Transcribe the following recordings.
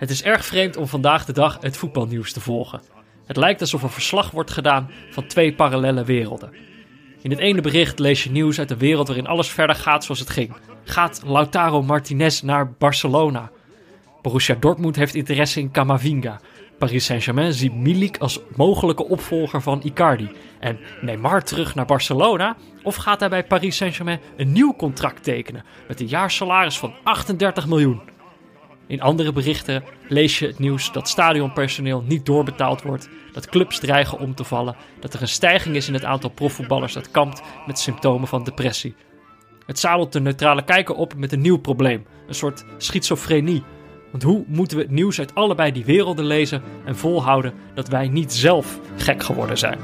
Het is erg vreemd om vandaag de dag het voetbalnieuws te volgen. Het lijkt alsof er verslag wordt gedaan van 2 parallele werelden. In het ene bericht lees je nieuws uit een wereld waarin alles verder gaat zoals het ging. Gaat Lautaro Martinez naar Barcelona? Borussia Dortmund heeft interesse in Camavinga. Paris Saint-Germain ziet Milik als mogelijke opvolger van Icardi. En Neymar terug naar Barcelona? Of gaat hij bij Paris Saint-Germain een nieuw contract tekenen met een jaarsalaris van 38 miljoen? In andere berichten lees je het nieuws dat stadionpersoneel niet doorbetaald wordt, dat clubs dreigen om te vallen, dat er een stijging is in het aantal profvoetballers dat kampt met symptomen van depressie. Het zadelt de neutrale kijker op met een nieuw probleem, een soort schizofrenie. Want hoe moeten we het nieuws uit allebei die werelden lezen en volhouden dat wij niet zelf gek geworden zijn?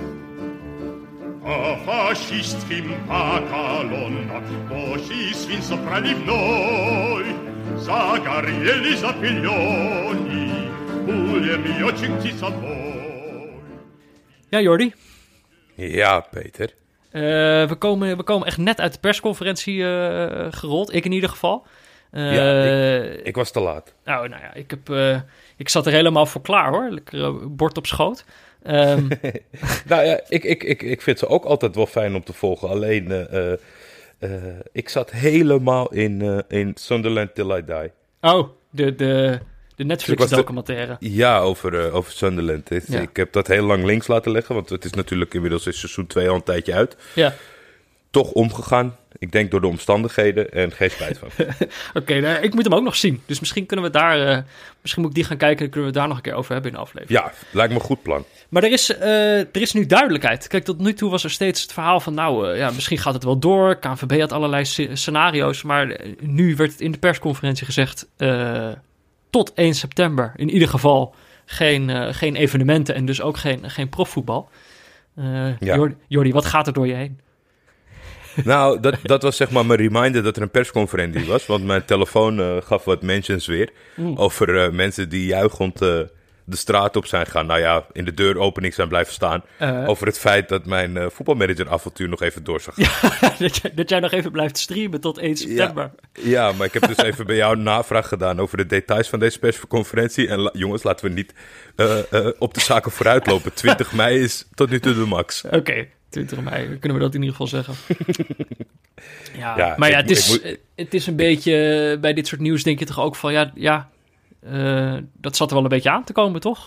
Ja, Jordi? Ja, Peter. We komen echt net uit de persconferentie gerold, ik in ieder geval. Ik was te laat. Nou ja, ik zat er helemaal voor klaar hoor. Lekker bord op schoot. Nou ja, ik vind ze ook altijd wel fijn om te volgen. Alleen, ik zat helemaal in Sunderland Till I Die. Oh, de Netflix-documentaire. Ja, over Sunderland. Ja. Ik heb dat heel lang links laten liggen, want het is natuurlijk inmiddels in seizoen 2 al een tijdje uit. Ja. Toch omgegaan. Ik denk door de omstandigheden en geen spijt van. Oké, ik moet hem ook nog zien. Dus misschien kunnen we daar... misschien moet ik die gaan kijken en kunnen we het daar nog een keer over hebben in de aflevering. Ja, lijkt me een goed plan. Maar er is nu duidelijkheid. Kijk, tot nu toe was er steeds het verhaal van... misschien gaat het wel door. KNVB had allerlei scenario's. Maar nu werd het in de persconferentie gezegd... tot 1 september in ieder geval geen evenementen... en dus ook geen profvoetbal. Jordi, wat gaat er door je heen? Nou, dat was zeg maar mijn reminder dat er een persconferentie was. Want mijn telefoon gaf wat mentions weer. Over mensen die juichend de straat op zijn gaan. Nou ja, in de deuropening zijn blijven staan. Over het feit dat mijn voetbalmanager avontuur nog even door zag gaan. Ja, dat jij nog even blijft streamen tot 1 september. Ja, maar ik heb dus even bij jou een navraag gedaan over de details van deze persconferentie. En jongens, laten we niet op de zaken vooruitlopen. 20 mei is tot nu toe de max. Oké. 20 mei, kunnen we dat in ieder geval zeggen. Ja, maar ja, het is een beetje... Bij dit soort nieuws denk je toch ook van... dat zat er wel een beetje aan te komen, toch?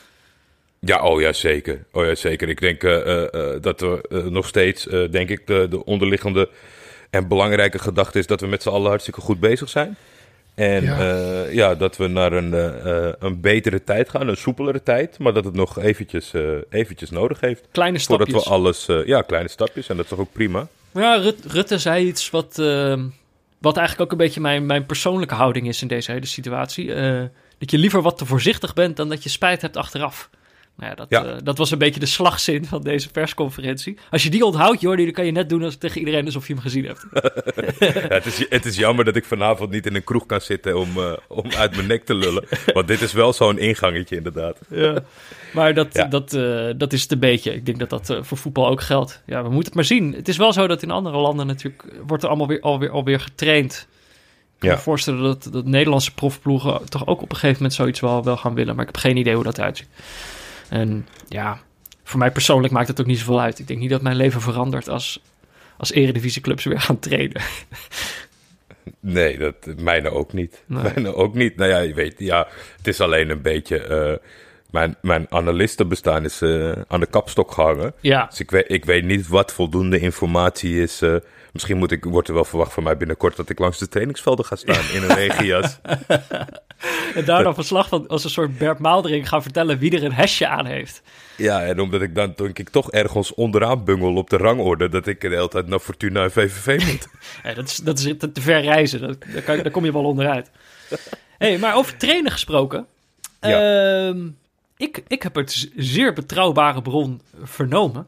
Ja, zeker. Ik denk dat we nog steeds, denk ik, de onderliggende en belangrijke gedachte is... dat we met z'n allen hartstikke goed bezig zijn. En dat we naar een betere tijd gaan, een soepelere tijd. Maar dat het nog eventjes nodig heeft. Kleine stapjes. Voordat we alles... kleine stapjes. En dat is toch ook prima? Ja, Rutte zei iets wat eigenlijk ook een beetje mijn persoonlijke houding is in deze hele situatie. Dat je liever wat te voorzichtig bent dan dat je spijt hebt achteraf. Nou ja, dat was een beetje de slagzin van deze persconferentie. Als je die onthoudt, Jordi, dan kan je net doen tegen iedereen alsof je hem gezien hebt. Het is jammer dat ik vanavond niet in een kroeg kan zitten om uit mijn nek te lullen. Want dit is wel zo'n ingangetje inderdaad. Ja, maar dat is het een beetje. Ik denk dat voor voetbal ook geldt. Ja, we moeten het maar zien. Het is wel zo dat in andere landen natuurlijk wordt er allemaal alweer getraind. Ik kan me voorstellen dat Nederlandse profploegen toch ook op een gegeven moment zoiets wel gaan willen. Maar ik heb geen idee hoe dat uitziet. En ja, voor mij persoonlijk maakt het ook niet zoveel uit. Ik denk niet dat mijn leven verandert als eredivisieclubs weer gaan trainen. Nee, mijne ook niet. Nee. Mijne ook niet. Nou ja, je weet, het is alleen een beetje... Mijn analistenbestaan is aan de kapstok gehangen. Ja. Dus ik weet niet wat voldoende informatie is... Misschien wordt er wel verwacht van mij binnenkort dat ik langs de trainingsvelden ga staan in een regenjas. En daar dan verslag van als een soort Bert Maaldering gaan vertellen wie er een hesje aan heeft. Ja, en omdat ik dan denk ik toch ergens onderaan bungel op de rangorde, dat ik de hele tijd naar Fortuna en VVV moet. Ja, dat is te ver reizen, daar kom je wel onderuit. Hey, maar over trainen gesproken. Ja. Ik heb het zeer betrouwbare bron vernomen.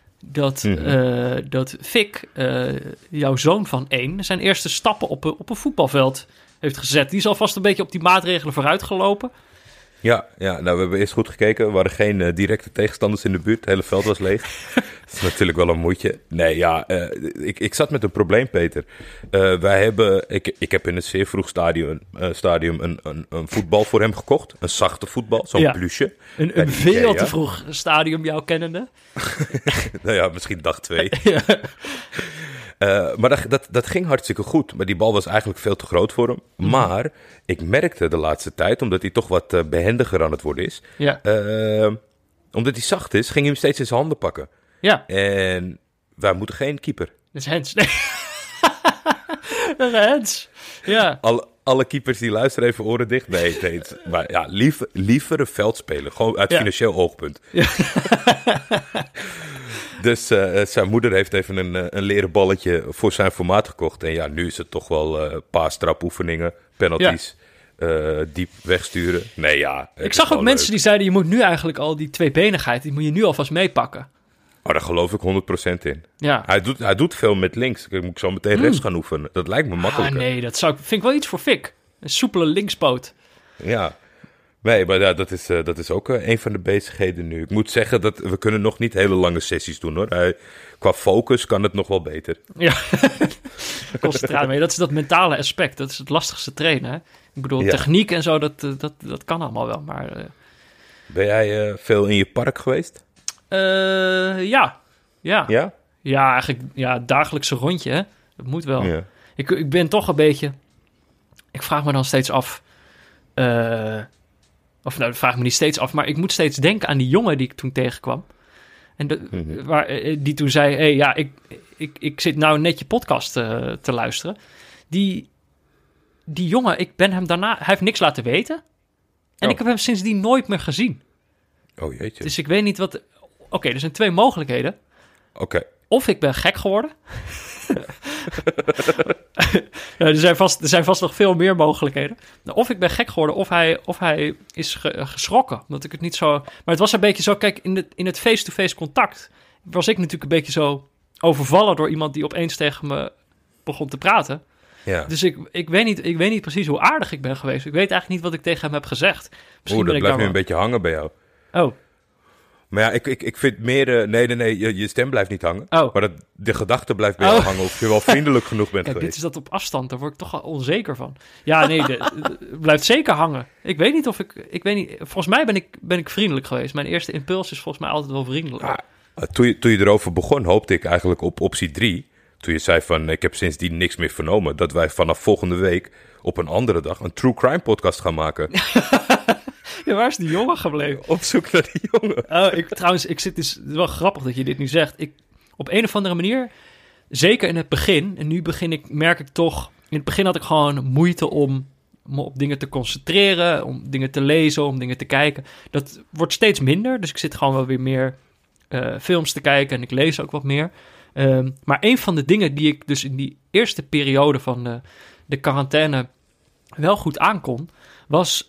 Dat Fik, jouw zoon van 1, zijn eerste stappen op een voetbalveld heeft gezet. Die is alvast een beetje op die maatregelen vooruit gelopen. Ja, nou, we hebben eerst goed gekeken. Er waren geen directe tegenstanders in de buurt. Het hele veld was leeg. Dat is natuurlijk wel een moeitje. Nee, ja, ik zat met een probleem, Peter. Ik heb in een zeer vroeg stadium een voetbal voor hem gekocht. Een zachte voetbal, zo'n pluche. Een veel te vroeg stadium, jou kennende. Nou ja, misschien dag 2. Ja. Maar dat ging hartstikke goed. Maar die bal was eigenlijk veel te groot voor hem. Mm. Maar ik merkte de laatste tijd, omdat hij toch wat behendiger aan het worden is. Ja. Omdat hij zacht is, ging hij hem steeds in zijn handen pakken. Ja. En wij moeten geen keeper. Dat is Hens. Nee. Dat is Hens. Ja. Alle keepers die luisteren even oren dicht. Nee. Maar ja, liever een veldspeler. Gewoon uit financieel oogpunt. Ja. Dus zijn moeder heeft even een leren balletje voor zijn formaat gekocht. En ja, nu is het toch wel paastrapoefeningen, penalties, diep wegsturen. Nee, ja. Ik zag ook mensen die zeiden, je moet nu eigenlijk al die tweebenigheid, die moet je nu alvast meepakken. Oh, daar geloof ik 100% in. Ja. Hij doet veel met links. Ik moet zo meteen rechts gaan oefenen. Dat lijkt me makkelijker. Nee, vind ik wel iets voor Fik. Een soepele linkspoot. Ja. Nee, maar ja, dat is ook een van de bezigheden nu. Ik moet zeggen dat we kunnen nog niet hele lange sessies doen, hoor. Qua focus kan het nog wel beter. Ja, concentratie. Maar dat is dat mentale aspect. Dat is het lastigste trainen, hè? Ik bedoel, techniek en zo, dat kan allemaal wel. Maar, ben jij veel in je park geweest? Ja. Ja? Ja, eigenlijk dagelijkse rondje, hè? Dat moet wel. Ja. Ik ben toch een beetje... Ik vraag me dan steeds af... Of nou, dat vraag ik me niet steeds af, maar ik moet steeds denken aan die jongen die ik toen tegenkwam. En die toen zei, ik zit nou net je podcast te luisteren. Die jongen, ik ben hem daarna... Hij heeft niks laten weten. En ik heb hem sindsdien nooit meer gezien. Oh jeetje. Dus ik weet niet wat... Oké, er zijn 2 mogelijkheden. Oké. Of ik ben gek geworden. Ja, er zijn vast nog veel meer mogelijkheden. Of ik ben gek geworden, of hij is geschrokken. Omdat ik het niet zo... Maar het was een beetje zo... Kijk, in het face-to-face contact... was ik natuurlijk een beetje zo overvallen... door iemand die opeens tegen me begon te praten. Ja. Dus ik weet niet precies hoe aardig ik ben geweest. Ik weet eigenlijk niet wat ik tegen hem heb gezegd. Dat blijft nu een beetje hangen bij jou. Oh. Maar ja, ik vind meer... Nee, je stem blijft niet hangen. Oh. Maar de gedachte blijft bij jou hangen. Of je wel vriendelijk genoeg bent geweest. Dit is dat op afstand. Daar word ik toch al onzeker van. Ja, nee, het blijft zeker hangen. Ik weet niet of ik weet niet. Volgens mij ben ik vriendelijk geweest. Mijn eerste impuls is volgens mij altijd wel vriendelijk. Ja, toen je erover begon, hoopte ik eigenlijk op optie 3. Toen je zei van, ik heb sindsdien niks meer vernomen. Dat wij vanaf volgende week op een andere dag een true crime podcast gaan maken. Ja, waar is die jongen gebleven? Op zoek naar die jongen. Trouwens, het is wel grappig dat je dit nu zegt. Op een of andere manier, zeker in het begin, en nu merk ik toch... In het begin had ik gewoon moeite om me op dingen te concentreren, om dingen te lezen, om dingen te kijken. Dat wordt steeds minder, dus ik zit gewoon wel weer meer films te kijken en ik lees ook wat meer. Maar een van de dingen die ik dus in die eerste periode van de quarantaine wel goed aankon, was...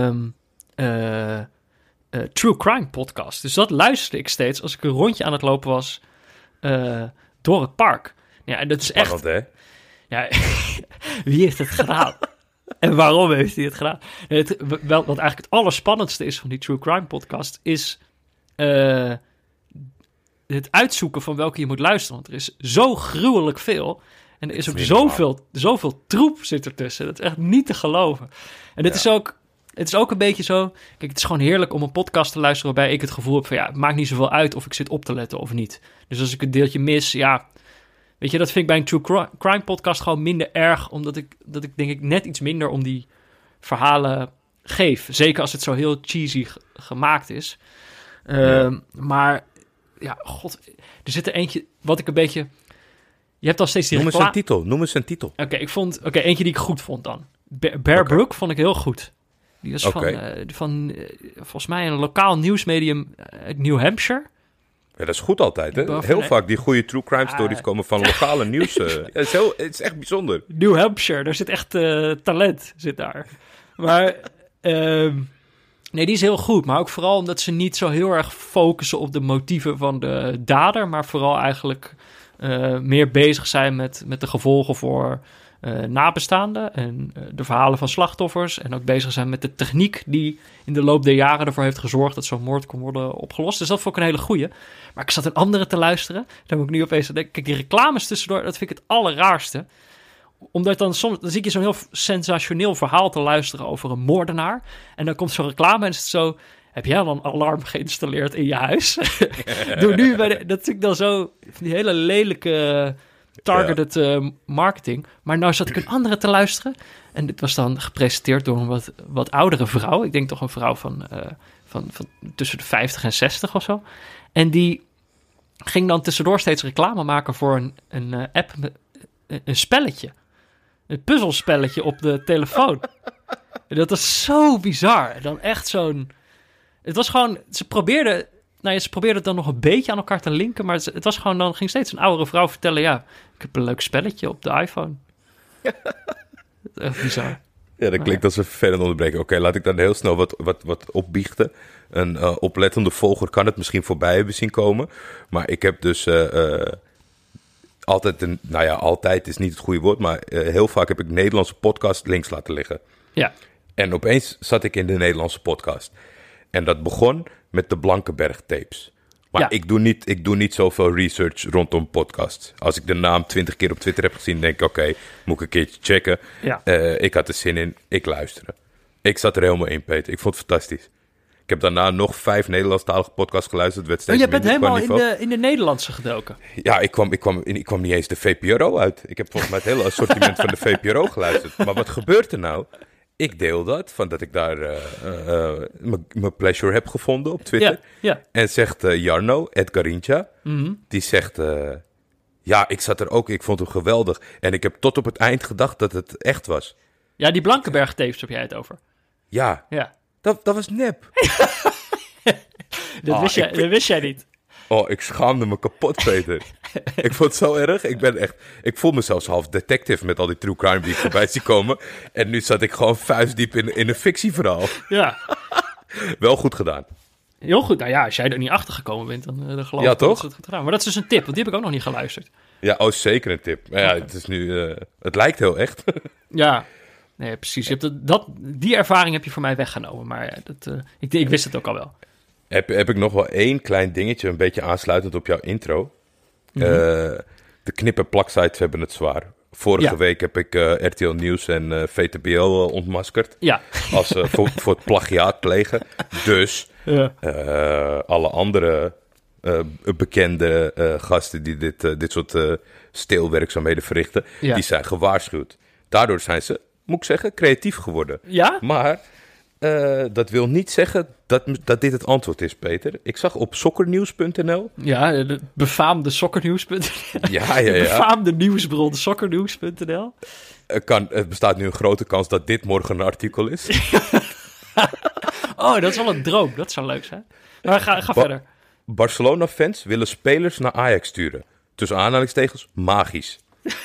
true crime podcast. Dus dat luisterde ik steeds als ik een rondje aan het lopen was door het park. Ja, en dat is echt... Spannend, hè? Ja, wie heeft het gedaan? En waarom heeft hij het gedaan? Wat eigenlijk het allerspannendste is van die true crime podcast is het uitzoeken van welke je moet luisteren. Want er is zo gruwelijk veel. En er is ook zoveel troep zit ertussen. Dat is echt niet te geloven. En dit is ook... Het is ook een beetje zo... Kijk, het is gewoon heerlijk om een podcast te luisteren... waarbij ik het gevoel heb van... ja, het maakt niet zoveel uit of ik zit op te letten of niet. Dus als ik een deeltje mis, ja... Weet je, dat vind ik bij een true crime podcast gewoon minder erg... omdat ik denk ik net iets minder om die verhalen geef. Zeker als het zo heel cheesy gemaakt is. Maar, ja, god... Er zit er eentje wat ik een beetje... Je hebt al steeds die Noem eens een titel. Oké, eentje die ik goed vond dan. Bear Brook vond ik heel goed. Die was van volgens mij een lokaal nieuwsmedium uit New Hampshire. Ja, dat is goed altijd, hè? Heel vaak die goede true crime stories komen van lokale nieuws. Het is echt bijzonder. New Hampshire, daar zit echt talent zit daar. Maar nee, die is heel goed. Maar ook vooral omdat ze niet zo heel erg focussen op de motieven van de dader. Maar vooral eigenlijk meer bezig zijn met de gevolgen voor nabestaanden en de verhalen van slachtoffers. En ook bezig zijn met de techniek die in de loop der jaren ervoor heeft gezorgd dat zo'n moord kon worden opgelost. Dus dat vond ik een hele goeie. Maar ik zat een andere te luisteren. Daar moet ik nu opeens aan denken. Kijk, die reclames tussendoor, dat vind ik het allerraarste. Omdat dan soms, dan zie je zo'n heel sensationeel verhaal te luisteren over een moordenaar. En dan komt zo'n reclame en is het zo... Heb jij dan een alarm geïnstalleerd in je huis? Doe nu dat vind ik dan zo... Die hele lelijke targeted marketing. Maar nou zat ik een andere te luisteren. En dit was dan gepresenteerd door een wat oudere vrouw. Ik denk toch een vrouw van tussen de 50 en 60 of zo. En die ging dan tussendoor steeds reclame maken voor een app... Een spelletje. Een puzzelspelletje op de telefoon. En dat was zo bizar. Dan echt zo'n... Het was gewoon... Ze probeerden het dan nog een beetje aan elkaar te linken. Maar het was gewoon... Dan ging steeds een oudere vrouw vertellen... Ja, ik heb een leuk spelletje op de iPhone. Echt bizar. Ja, dat klinkt als een vervelend onderbreken. Oké, laat ik dan heel snel wat opbiechten. Een oplettende volger kan het misschien voorbij hebben zien komen. Maar ik heb dus... altijd is niet het goede woord, maar heel vaak heb ik Nederlandse podcast links laten liggen. Ja. En opeens zat ik in de Nederlandse podcast. En dat begon met de Blankenberg tapes. Maar ik doe niet zoveel research rondom podcasts. Als ik de naam 20 keer op Twitter heb gezien, denk ik, oké, moet ik een keertje checken. Ja. Ik had er zin in, ik luisterde. Ik zat er helemaal in, Peter. Ik vond het fantastisch. Ik heb daarna nog 5 Nederlandstalige podcasts geluisterd. Het werd steeds je bent helemaal niveau. in de Nederlandse gedoken. Ja, ik kwam niet eens de VPRO uit. Ik heb volgens mij het hele assortiment van de VPRO geluisterd. Maar wat gebeurt er nou? Ik deel dat, van dat ik daar mijn pleasure heb gevonden op Twitter. Ja. En zegt Jarno, Edgarincha, die zegt... ja, ik zat er ook, ik vond hem geweldig. En ik heb tot op het eind gedacht dat het echt was. Ja, die Blankenberg tapes heb jij het over. Ja. Dat was nep. Dat wist jij niet. Oh, ik schaamde me kapot, Peter. Ik vond het zo erg. Ik voel me zelfs half detective met al die true crime die ik voorbij zie komen. En nu zat ik gewoon vuistdiep in een fictieverhaal. Ja. Wel goed gedaan. Heel goed. Nou ja, als jij er niet achter gekomen bent, dan geloof ik dat ze het goed gedaan. Maar dat is dus een tip, want die heb ik ook nog niet geluisterd. Ja, zeker een tip. Maar ja, het is nu... het lijkt heel echt. Ja. Nee, precies. Je hebt die ervaring heb je voor mij weggenomen. Maar ik wist het ook al wel. Heb ik nog wel één klein dingetje, een beetje aansluitend op jouw intro. De knip- en plaksites hebben het zwaar. Vorige week heb ik RTL Nieuws en VTBL ontmaskerd. Ja. Als voor het plagiaat plegen. Dus alle andere bekende gasten die dit soort steelwerkzaamheden verrichten, die zijn gewaarschuwd. Daardoor zijn ze, moet ik zeggen, creatief geworden. Ja? Maar dat wil niet zeggen dat dit het antwoord is, Peter. Ik zag op soccernieuws.nl... Ja, de befaamde soccernieuws.nl. Ja. De befaamde nieuwsbron, soccernieuws.nl. Het bestaat nu een grote kans dat dit morgen een artikel is. Oh, dat is wel een droom. Dat zou leuk zijn. Maar ga verder. Barcelona-fans willen spelers naar Ajax sturen. Tussen aanhalingstekens, magisch.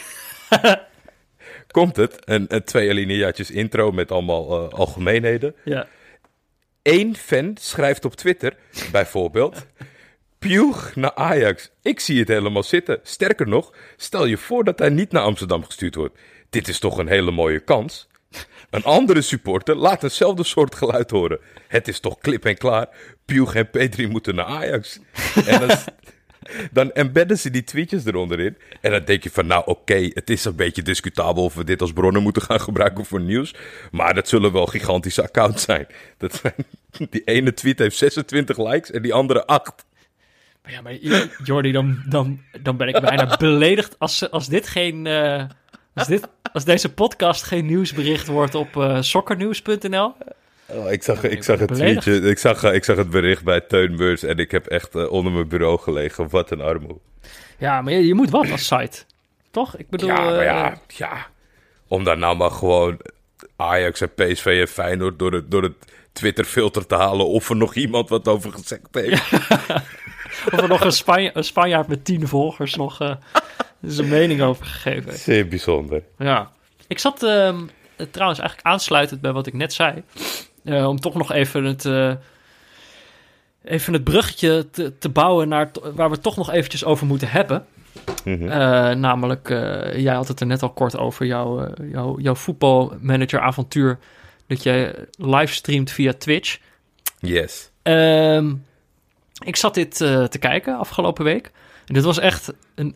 Komt het? Een 2 alineaatjes intro met allemaal algemeenheden. Ja. Eén fan schrijft op Twitter, bijvoorbeeld... Pjoeg naar Ajax. Ik zie het helemaal zitten. Sterker nog, stel je voor dat hij niet naar Amsterdam gestuurd wordt. Dit is toch een hele mooie kans? Een andere supporter laat eenzelfde soort geluid horen. Het is toch klip en klaar. Pjoeg en Pedri moeten naar Ajax. En dan embedden ze die tweetjes eronder in. En dan denk je van, nou oké, het is een beetje discutabel of we dit als bronnen moeten gaan gebruiken voor nieuws. Maar dat zullen wel gigantische accounts zijn. Die ene tweet heeft 26 likes en die andere 8. Ja, maar Jordi, dan ben ik bijna beledigd als dit geen... Als deze podcast geen nieuwsbericht wordt op soccernieuws.nl. Oh, ik zag het tweetje, ik zag het bericht bij Teun Beurs en ik heb echt onder mijn bureau gelegen. Wat een armoe. Ja, maar je moet wat als site, toch? Ik bedoel... Ja. Om daar nou maar gewoon Ajax en PSV en Feyenoord door het Twitter-filter te halen of er nog iemand wat over gezegd heeft. Of er nog een Spanjaard met 10 volgers nog zijn mening over gegeven heeft. Zeer bijzonder. Ja. Ik zat trouwens eigenlijk aansluitend bij wat ik net zei. Om toch nog even het bruggetje te bouwen naar waar we het toch nog eventjes over moeten hebben. Namelijk, jij had het er net al kort over, jouw voetbalmanager-avontuur. Dat je livestreamt via Twitch. Yes. Ik zat dit te kijken afgelopen week. En dit was echt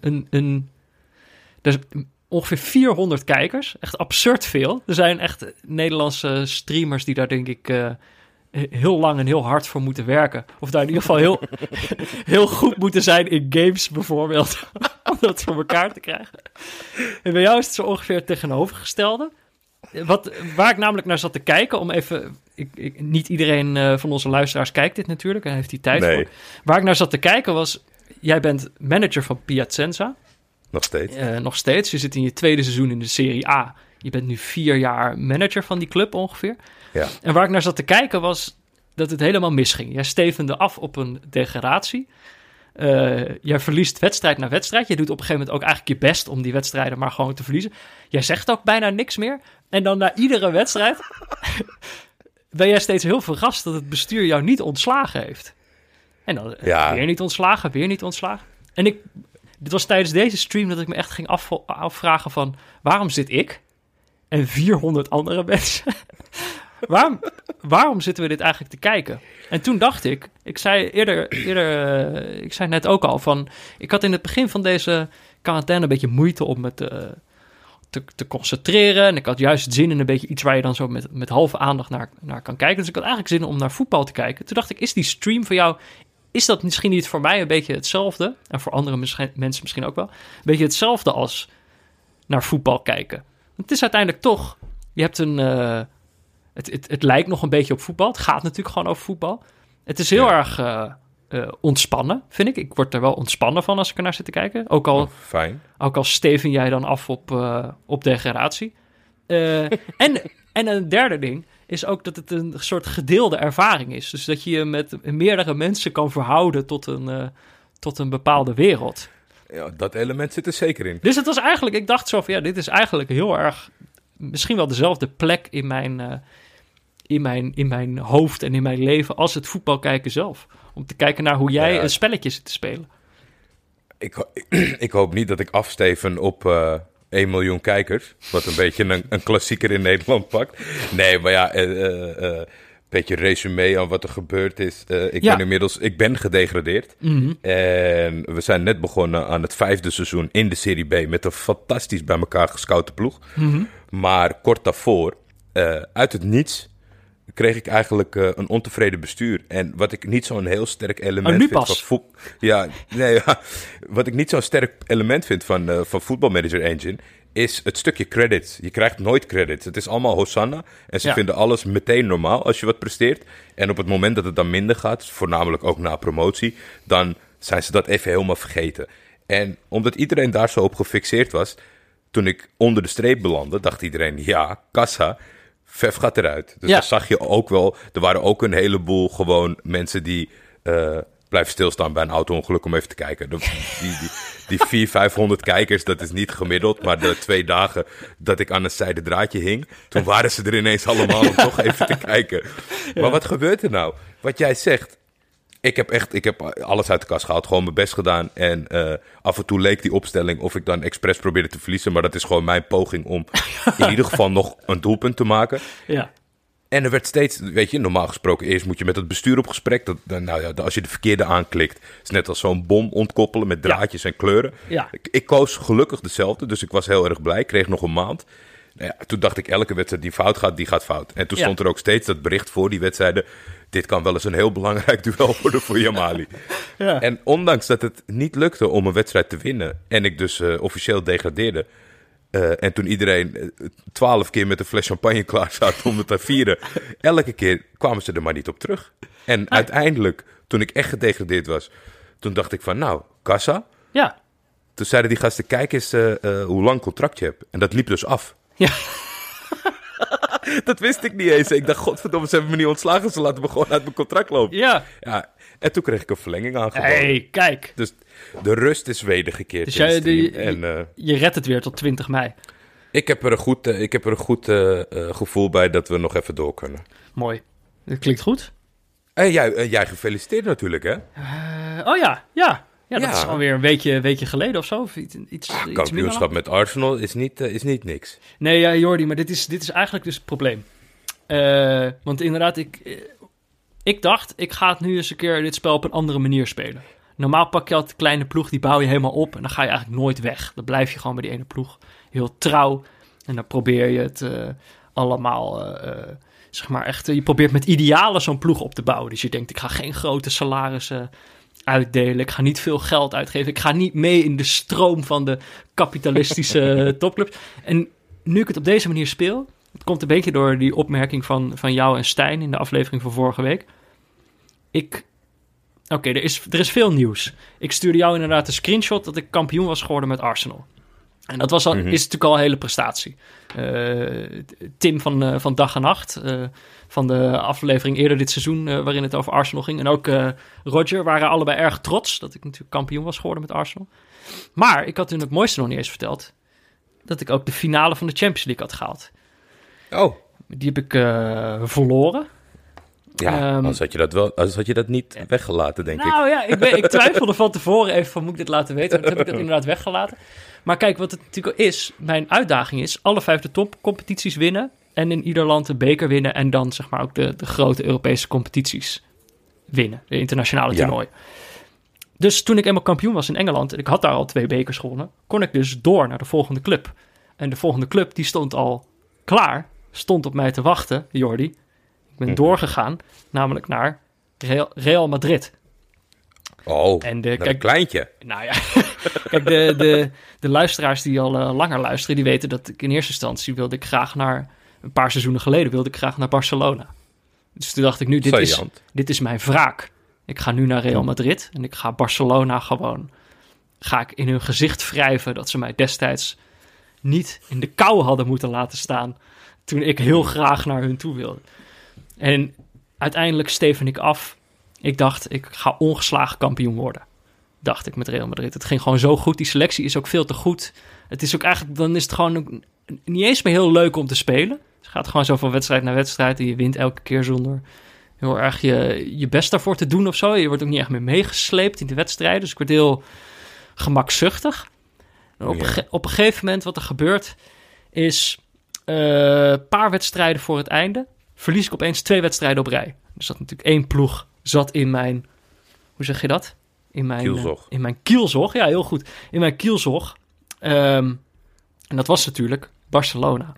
er zijn ongeveer 400 kijkers. Echt absurd veel. Er zijn echt Nederlandse streamers die daar denk ik heel lang en heel hard voor moeten werken. Of daar in ieder geval heel goed moeten zijn in games bijvoorbeeld. Om dat voor elkaar te krijgen. En bij jou is het zo ongeveer het tegenovergestelde. Waar ik namelijk naar zat te kijken, om even... niet iedereen van onze luisteraars kijkt dit natuurlijk, en heeft die tijd voor. Waar ik naar zat te kijken was... Jij bent manager van Piacenza. Nog steeds. Nog steeds. Je zit in je tweede seizoen in de Serie A. Je bent nu 4 jaar manager van die club ongeveer. Ja. En waar ik naar zat te kijken was dat het helemaal misging. Jij stevende af op een degradatie. Jij verliest wedstrijd na wedstrijd. Je doet op een gegeven moment ook eigenlijk je best om die wedstrijden maar gewoon te verliezen. Jij zegt ook bijna niks meer. En dan na iedere wedstrijd ben jij steeds heel verrast dat het bestuur jou niet ontslagen heeft. En dan weer niet ontslagen, weer niet ontslagen. En dit was tijdens deze stream dat ik me echt ging afvragen van... waarom zit ik en 400 andere mensen... Waarom zitten we dit eigenlijk te kijken? En toen dacht ik zei eerder, ik zei net ook al van... Ik had in het begin van deze quarantaine een beetje moeite om me te concentreren. En ik had juist zin in een beetje iets waar je dan zo met halve aandacht naar kan kijken. Dus ik had eigenlijk zin om naar voetbal te kijken. Toen dacht ik, is die stream voor jou... Is dat misschien niet voor mij een beetje hetzelfde? En voor andere mensen misschien ook wel. Een beetje hetzelfde als naar voetbal kijken. Want het is uiteindelijk toch... Je hebt een... Het lijkt nog een beetje op voetbal. Het gaat natuurlijk gewoon over voetbal. Het is heel erg ontspannen, vind ik. Ik word er wel ontspannen van als ik er naar zit te kijken. Ook al steven jij dan af op degradatie. En een derde ding is ook dat het een soort gedeelde ervaring is. Dus dat je je met meerdere mensen kan verhouden tot een bepaalde wereld. Ja, dat element zit er zeker in. Dus het was eigenlijk... Ik dacht zo van, ja, dit is eigenlijk heel erg... Misschien wel dezelfde plek in mijn hoofd en in mijn leven als het voetbal kijken zelf. Om te kijken naar hoe jij een spelletje zit te spelen. Ik hoop niet dat ik afsteven op 1 miljoen kijkers. Wat een beetje een klassieker in Nederland pakt. Nee, maar ja, een beetje resume aan wat er gebeurd is. Ik ben gedegradeerd. Mm-hmm. En we zijn net begonnen aan het 5e seizoen in de Serie B met een fantastisch bij elkaar gescoute ploeg. Mm-hmm. Maar kort daarvoor, uit het niets, kreeg ik eigenlijk een ontevreden bestuur. En wat ik niet zo'n heel sterk element vind van wat ik niet zo'n sterk element vind van Football Manager Engine, is het stukje credits. Je krijgt nooit credits. Het is allemaal Hosanna. En ze vinden alles meteen normaal als je wat presteert. En op het moment dat het dan minder gaat, voornamelijk ook na promotie, dan zijn ze dat even helemaal vergeten. En omdat iedereen daar zo op gefixeerd was, toen ik onder de streep belandde, dacht iedereen, ja, kassa, Vef gaat eruit. Dus dat zag je ook wel. Er waren ook een heleboel gewoon mensen die blijven stilstaan bij een auto-ongeluk om even te kijken. Die 400-500 kijkers, dat is niet gemiddeld. Maar de 2 dagen dat ik aan een zijden draadje hing, toen waren ze er ineens allemaal om toch even te kijken. Ja. Maar wat gebeurt er nou? Wat jij zegt, ik heb alles uit de kast gehaald, gewoon mijn best gedaan. En af en toe leek die opstelling of ik dan expres probeerde te verliezen. Maar dat is gewoon mijn poging om in ieder geval nog een doelpunt te maken. Ja. En er werd steeds, weet je, normaal gesproken eerst moet je met het bestuur op gesprek. Als je de verkeerde aanklikt, is net als zo'n bom ontkoppelen met draadjes en kleuren. Ja. Ik koos gelukkig dezelfde, dus ik was heel erg blij. Ik kreeg nog een maand. Nou ja, toen dacht ik, elke wedstrijd die fout gaat, die gaat fout. En toen stond er ook steeds dat bericht voor die wedstrijden: dit kan wel eens een heel belangrijk duel worden voor Jamali. Ja. En ondanks dat het niet lukte om een wedstrijd te winnen en ik dus officieel degradeerde, en toen iedereen 12 keer met een fles champagne klaar zat om het te vieren, elke keer kwamen ze er maar niet op terug. En uiteindelijk, toen ik echt gedegradeerd was, toen dacht ik van, nou, kassa. Ja. Toen zeiden die gasten, kijk eens hoe lang contract je hebt. En dat liep dus af. Ja. Dat wist ik niet eens. Ik dacht, godverdomme, ze hebben me niet ontslagen. Ze laten me gewoon uit mijn contract lopen. Ja. En toen kreeg ik een verlenging aangeboden. Hey, kijk. Dus de rust is wedergekeerd. Dus je redt het weer tot 20 mei. Ik heb er een goed gevoel bij dat we nog even door kunnen. Mooi. Dat klinkt goed. Jij gefeliciteerd natuurlijk, hè? Ja. Ja, dat is alweer een weekje geleden of zo. Of iets kampioenschap met Arsenal is niet niks. Nee, ja, Jordi, maar dit is eigenlijk dus het probleem. Want inderdaad, ik dacht, ik ga het nu eens een keer dit spel op een andere manier spelen. Normaal pak je altijd een kleine ploeg, die bouw je helemaal op en dan ga je eigenlijk nooit weg. Dan blijf je gewoon bij die ene ploeg heel trouw. En dan probeer je het allemaal, zeg maar echt, je probeert met idealen zo'n ploeg op te bouwen. Dus je denkt, ik ga geen grote salarissen uitdelen, ik ga niet veel geld uitgeven, ik ga niet mee in de stroom van de kapitalistische topclubs. En nu ik het op deze manier speel, het komt een beetje door die opmerking van jou en Stijn in de aflevering van vorige week. Er is veel nieuws. Ik stuurde jou inderdaad een screenshot dat ik kampioen was geworden met Arsenal. En dat is natuurlijk al een hele prestatie. Tim van Dag en Nacht, van de aflevering eerder dit seizoen, waarin het over Arsenal ging. En ook Roger waren allebei erg trots dat ik natuurlijk kampioen was geworden met Arsenal. Maar ik had toen het mooiste nog niet eens verteld, dat ik ook de finale van de Champions League had gehaald. Oh. Die heb ik verloren. Ja, anders had je dat niet weggelaten, denk ik. Nou ja, ik twijfelde van tevoren even van, moet ik dit laten weten? Dat heb ik dat inderdaad weggelaten. Maar kijk, wat het natuurlijk is, mijn uitdaging is, alle 5 de topcompetities winnen en in ieder land een beker winnen en dan zeg maar ook de grote Europese competities winnen, de internationale toernooi. Dus toen ik eenmaal kampioen was in Engeland en ik had daar al 2 bekers gewonnen, kon ik dus door naar de volgende club. En de volgende club, die stond al klaar, stond op mij te wachten, Jordi. Ik ben doorgegaan, namelijk naar Real Madrid. Oh, kijk, een kleintje. Nou ja, kijk, de luisteraars die al langer luisteren, die weten dat ik in eerste instantie een paar seizoenen geleden wilde ik graag naar Barcelona. Dus toen dacht ik nu, dit is mijn wraak. Ik ga nu naar Real Madrid en ik ga Barcelona ga ik in hun gezicht wrijven dat ze mij destijds niet in de kou hadden moeten laten staan toen ik heel graag naar hun toe wilde. En uiteindelijk steven ik af. Ik dacht, ik ga ongeslagen kampioen worden. Dacht ik met Real Madrid. Het ging gewoon zo goed. Die selectie is ook veel te goed. Het is ook eigenlijk, dan is het gewoon niet eens meer heel leuk om te spelen. Het gaat gewoon zo van wedstrijd naar wedstrijd en je wint elke keer zonder heel erg je best daarvoor te doen of zo. Je wordt ook niet echt meer meegesleept in de wedstrijden. Dus ik word heel gemakzuchtig. En op een gegeven moment wat er gebeurt is een paar wedstrijden voor het einde verlies ik opeens 2 wedstrijden op rij. Dus dat natuurlijk 1 ploeg zat in mijn, hoe zeg je dat? In mijn kielzog. In mijn kielzog, ja, heel goed. In mijn kielzog. En dat was natuurlijk Barcelona.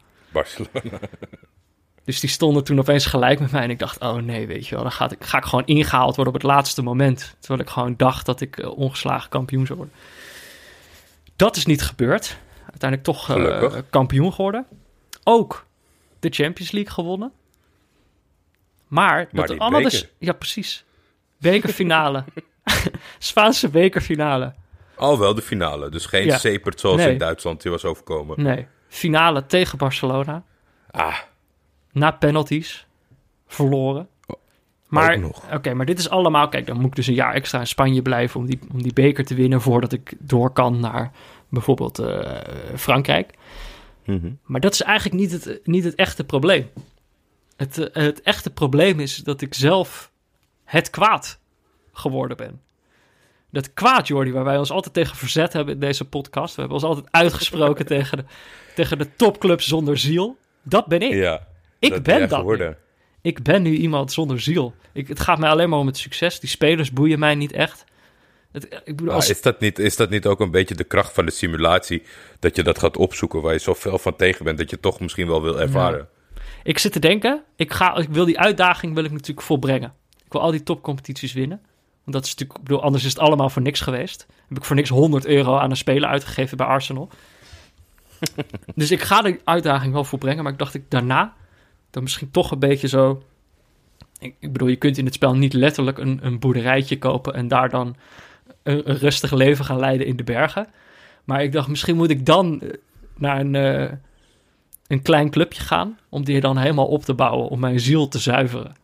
Dus die stonden toen opeens gelijk met mij. En ik dacht, oh nee, weet je wel, dan ga ik gewoon ingehaald worden op het laatste moment. Terwijl ik gewoon dacht dat ik ongeslagen kampioen zou worden. Dat is niet gebeurd. Uiteindelijk toch kampioen geworden. Ook de Champions League gewonnen. Maar dat die allemaal beker. dus, ja, precies. Bekerfinale. Spaanse bekerfinale. Al wel de finale. Dus geen sepert zoals in Duitsland die was overkomen. Nee. Finale tegen Barcelona. Na penalties. Verloren. Maar, maar dit is allemaal... Kijk, dan moet ik dus een jaar extra in Spanje blijven om die beker te winnen voordat ik door kan naar bijvoorbeeld Frankrijk. Mm-hmm. Maar dat is eigenlijk niet het echte probleem. Het echte probleem is dat ik zelf het kwaad geworden ben. Dat kwaad, Jordi, waar wij ons altijd tegen verzet hebben in deze podcast. We hebben ons altijd uitgesproken tegen de topclubs zonder ziel. Dat ben ik. Ja, ik ben dat nu. Ik ben nu iemand zonder ziel. Het gaat mij alleen maar om het succes. Die spelers boeien mij niet echt. Is dat niet ook een beetje de kracht van de simulatie? Dat je dat gaat opzoeken waar je zo fel van tegen bent... dat je toch misschien wel wil ervaren? Ja. Ik zit te denken, ik wil die uitdaging natuurlijk volbrengen. Ik wil al die topcompetities winnen. Want dat is natuurlijk, anders is het allemaal voor niks geweest. Heb ik voor niks €100 aan een speler uitgegeven bij Arsenal. Dus ik ga de uitdaging wel volbrengen. Maar ik dacht daarna dan misschien toch een beetje zo... Ik bedoel, je kunt in het spel niet letterlijk een boerderijtje kopen... en daar dan een rustig leven gaan leiden in de bergen. Maar ik dacht, misschien moet ik dan naar een klein clubje gaan... om die dan helemaal op te bouwen, om mijn ziel te zuiveren.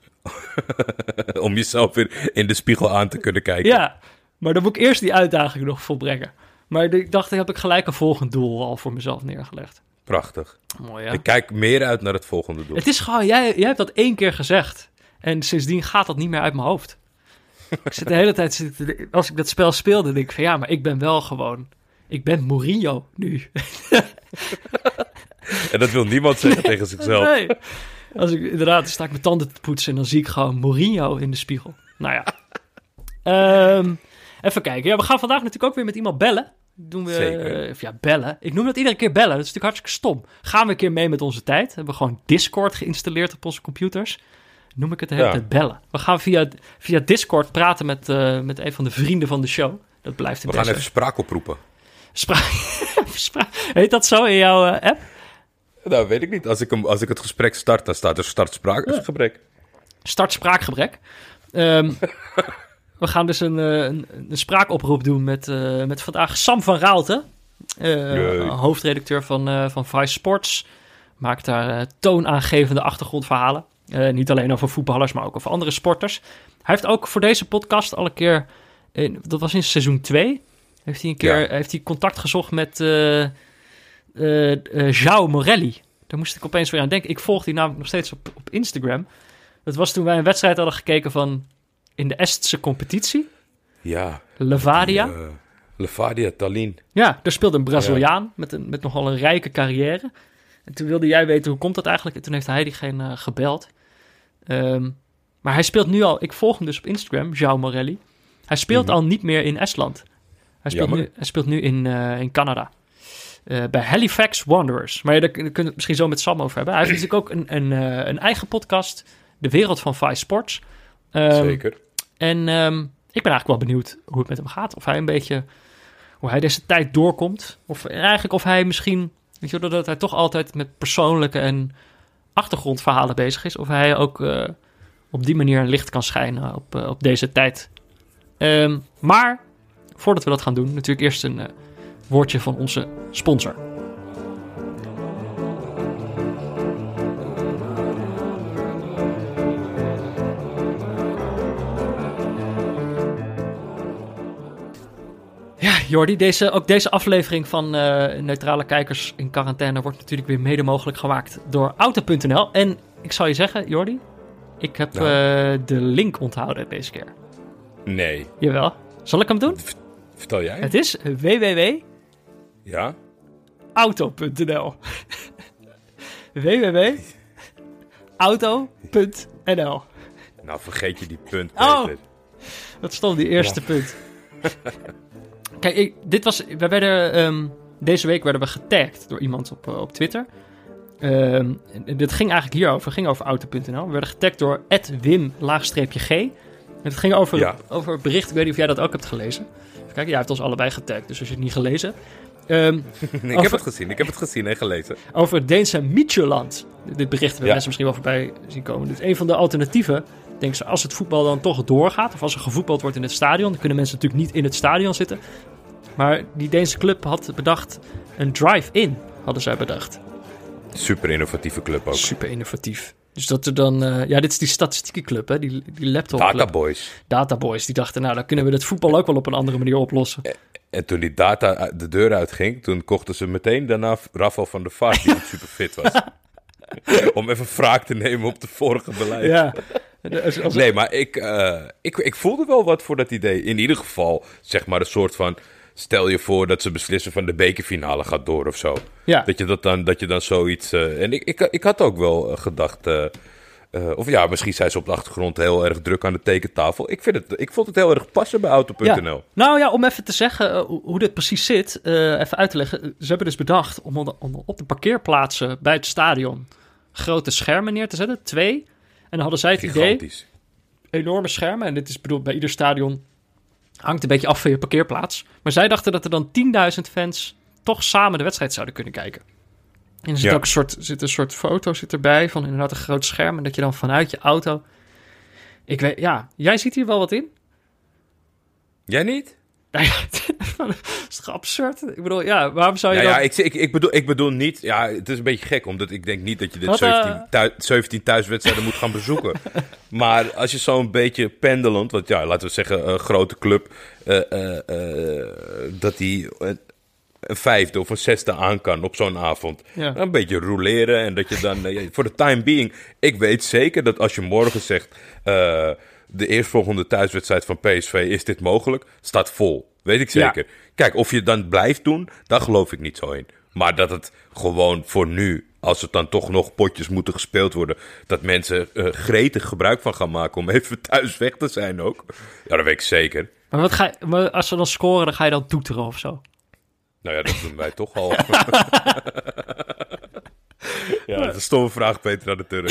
Om jezelf weer in de spiegel aan te kunnen kijken. Ja, maar dan moet ik eerst die uitdaging nog volbrengen. Maar ik dacht, dan heb ik gelijk een volgend doel al voor mezelf neergelegd. Prachtig. Mooi, ja. Ik kijk meer uit naar het volgende doel. Het is gewoon, jij hebt dat 1 keer gezegd. En sindsdien gaat dat niet meer uit mijn hoofd. Ik zit de hele tijd, als ik dat spel speelde, denk ik van ja, maar ik ben wel gewoon... Ik ben Mourinho nu. En dat wil niemand zeggen tegen zichzelf. Nee. Als ik inderdaad sta ik mijn tanden te poetsen en dan zie ik gewoon Mourinho in de spiegel. Nou ja. Even kijken. Ja, we gaan vandaag natuurlijk ook weer met iemand bellen. Doen we, Zeker. Bellen. Ik noem dat iedere keer bellen. Dat is natuurlijk hartstikke stom. Gaan we een keer mee met onze tijd. We hebben gewoon Discord geïnstalleerd op onze computers. Noem ik het de hele tijd bellen. We gaan via Discord praten met een van de vrienden van de show. Dat blijft We gaan even spraakoproepen. Heet dat zo in jouw app? Nou, weet ik niet. Als ik het gesprek start, dan staat er start spraakgebrek. Start spraakgebrek. We gaan dus een spraakoproep doen met vandaag Sam van Raalte. Hoofdredacteur van Vice Sports. Maakt daar toonaangevende achtergrondverhalen. Niet alleen over voetballers, maar ook over andere sporters. Hij heeft ook voor deze podcast al een keer... dat was in seizoen 2... Heeft hij contact gezocht met João Morelli. Daar moest ik opeens weer aan denken. Ik volg die namelijk nog steeds op Instagram. Dat was toen wij een wedstrijd hadden gekeken van... in de Estse competitie. Ja. Levadia. Levadia Tallinn. Ja, daar speelde een Braziliaan met nogal een rijke carrière. En toen wilde jij weten hoe komt dat eigenlijk. En toen heeft hij diegene gebeld. Maar hij speelt nu al... Ik volg hem dus op Instagram, João Morelli. Hij speelt al niet meer in Estland. Hij speelt nu in Canada. Bij Halifax Wanderers. Maar daar kunnen we het misschien zo met Sam over hebben. Hij heeft natuurlijk ook een eigen podcast. De Wereld van Vice Sports. Zeker. En ik ben eigenlijk wel benieuwd hoe het met hem gaat. Of hij een beetje... Hoe hij deze tijd doorkomt. Of hij misschien... Weet je, dat hij toch altijd met persoonlijke en achtergrondverhalen bezig is. Of hij ook op die manier een licht kan schijnen op deze tijd. Maar... Voordat we dat gaan doen, natuurlijk eerst een woordje van onze sponsor. Ja, Jordi, deze aflevering van Neutrale Kijkers in Quarantaine wordt natuurlijk weer mede mogelijk gemaakt door Auto.nl. En ik zal je zeggen, Jordi, ik heb de link onthouden deze keer. Nee. Jawel. Zal ik hem doen? Vertel jij? Het is www.auto.nl. www.auto.nl. Nou, vergeet je die punt, Oh, Peter. dat stond die eerste punt. Kijk, deze week werden we getagd door iemand op Twitter. Dit ging eigenlijk hierover. Het ging over auto.nl. We werden getagd door @wim_g. En het ging over bericht. Ik weet niet of jij dat ook hebt gelezen. Kijk, jij hebt ons allebei getagd, dus als je het niet gelezen hebt. Ik heb het gezien en gelezen. Over het Deense Midtjylland. Dit bericht hebben mensen misschien wel voorbij zien komen. Dit is een van de alternatieven. Denk ze, als het voetbal dan toch doorgaat, of als er gevoetbald wordt in het stadion, dan kunnen mensen natuurlijk niet in het stadion zitten. Maar die Deense club had bedacht, een drive-in hadden zij bedacht. Super innovatieve club ook. Super innovatief. Dus dat er dan... dit is die statistiekenclub, hè? Die laptop. Databoys. Die dachten, nou, dan kunnen we het voetbal ook wel op een andere manier oplossen. En toen die data de deur uitging, toen kochten ze meteen daarna Rafael van der Vaart, die super fit was. Om even wraak te nemen op de vorige beleid. Ja. Nee, maar ik voelde wel wat voor dat idee. In ieder geval, zeg maar, een soort van... Stel je voor dat ze beslissen van de bekerfinale gaat door of zo. Ja. Dat je dan zoiets... en ik had ook wel gedacht... of ja, misschien zijn ze op de achtergrond heel erg druk aan de tekentafel. Ik vond het heel erg passen bij Auto.nl. Ja. Nou ja, om even te zeggen hoe dit precies zit. Even uit te leggen. Ze hebben dus bedacht om op de parkeerplaatsen bij het stadion... grote schermen neer te zetten. 2. En dan hadden zij het Gigantisch. idee... Enorme schermen. En dit is bedoeld bij ieder stadion... Hangt een beetje af van je parkeerplaats. Maar zij dachten dat er dan 10.000 fans toch samen de wedstrijd zouden kunnen kijken. En er zit ook een soort foto erbij van inderdaad een groot scherm. En dat je dan vanuit je auto... jij ziet hier wel wat in? Jij niet? Dat is toch absurd? Ik bedoel, waarom zou je dan... Ik bedoel niet... Ja, het is een beetje gek, omdat ik denk niet dat je dit 17 thuiswedstrijden moet gaan bezoeken. Maar als je zo'n beetje pendelend... Want ja, laten we zeggen, een grote club... dat die een 5e of een 6e aan kan op zo'n avond. Ja. Een beetje rouleren en dat je dan... voor de time being... Ik weet zeker dat als je morgen zegt... de eerstvolgende thuiswedstrijd van PSV is dit mogelijk. Staat vol, weet ik zeker. Ja. Kijk, of je het dan blijft doen, daar geloof ik niet zo in. Maar dat het gewoon voor nu, als het dan toch nog potjes moeten gespeeld worden, dat mensen gretig gebruik van gaan maken om even thuis weg te zijn ook. Ja, dat weet ik zeker. Maar als ze dan scoren, dan ga je dan toeteren of zo? Nou ja, dat doen wij toch al. Ja, dat is een stomme vraag, Peter aan de Turk.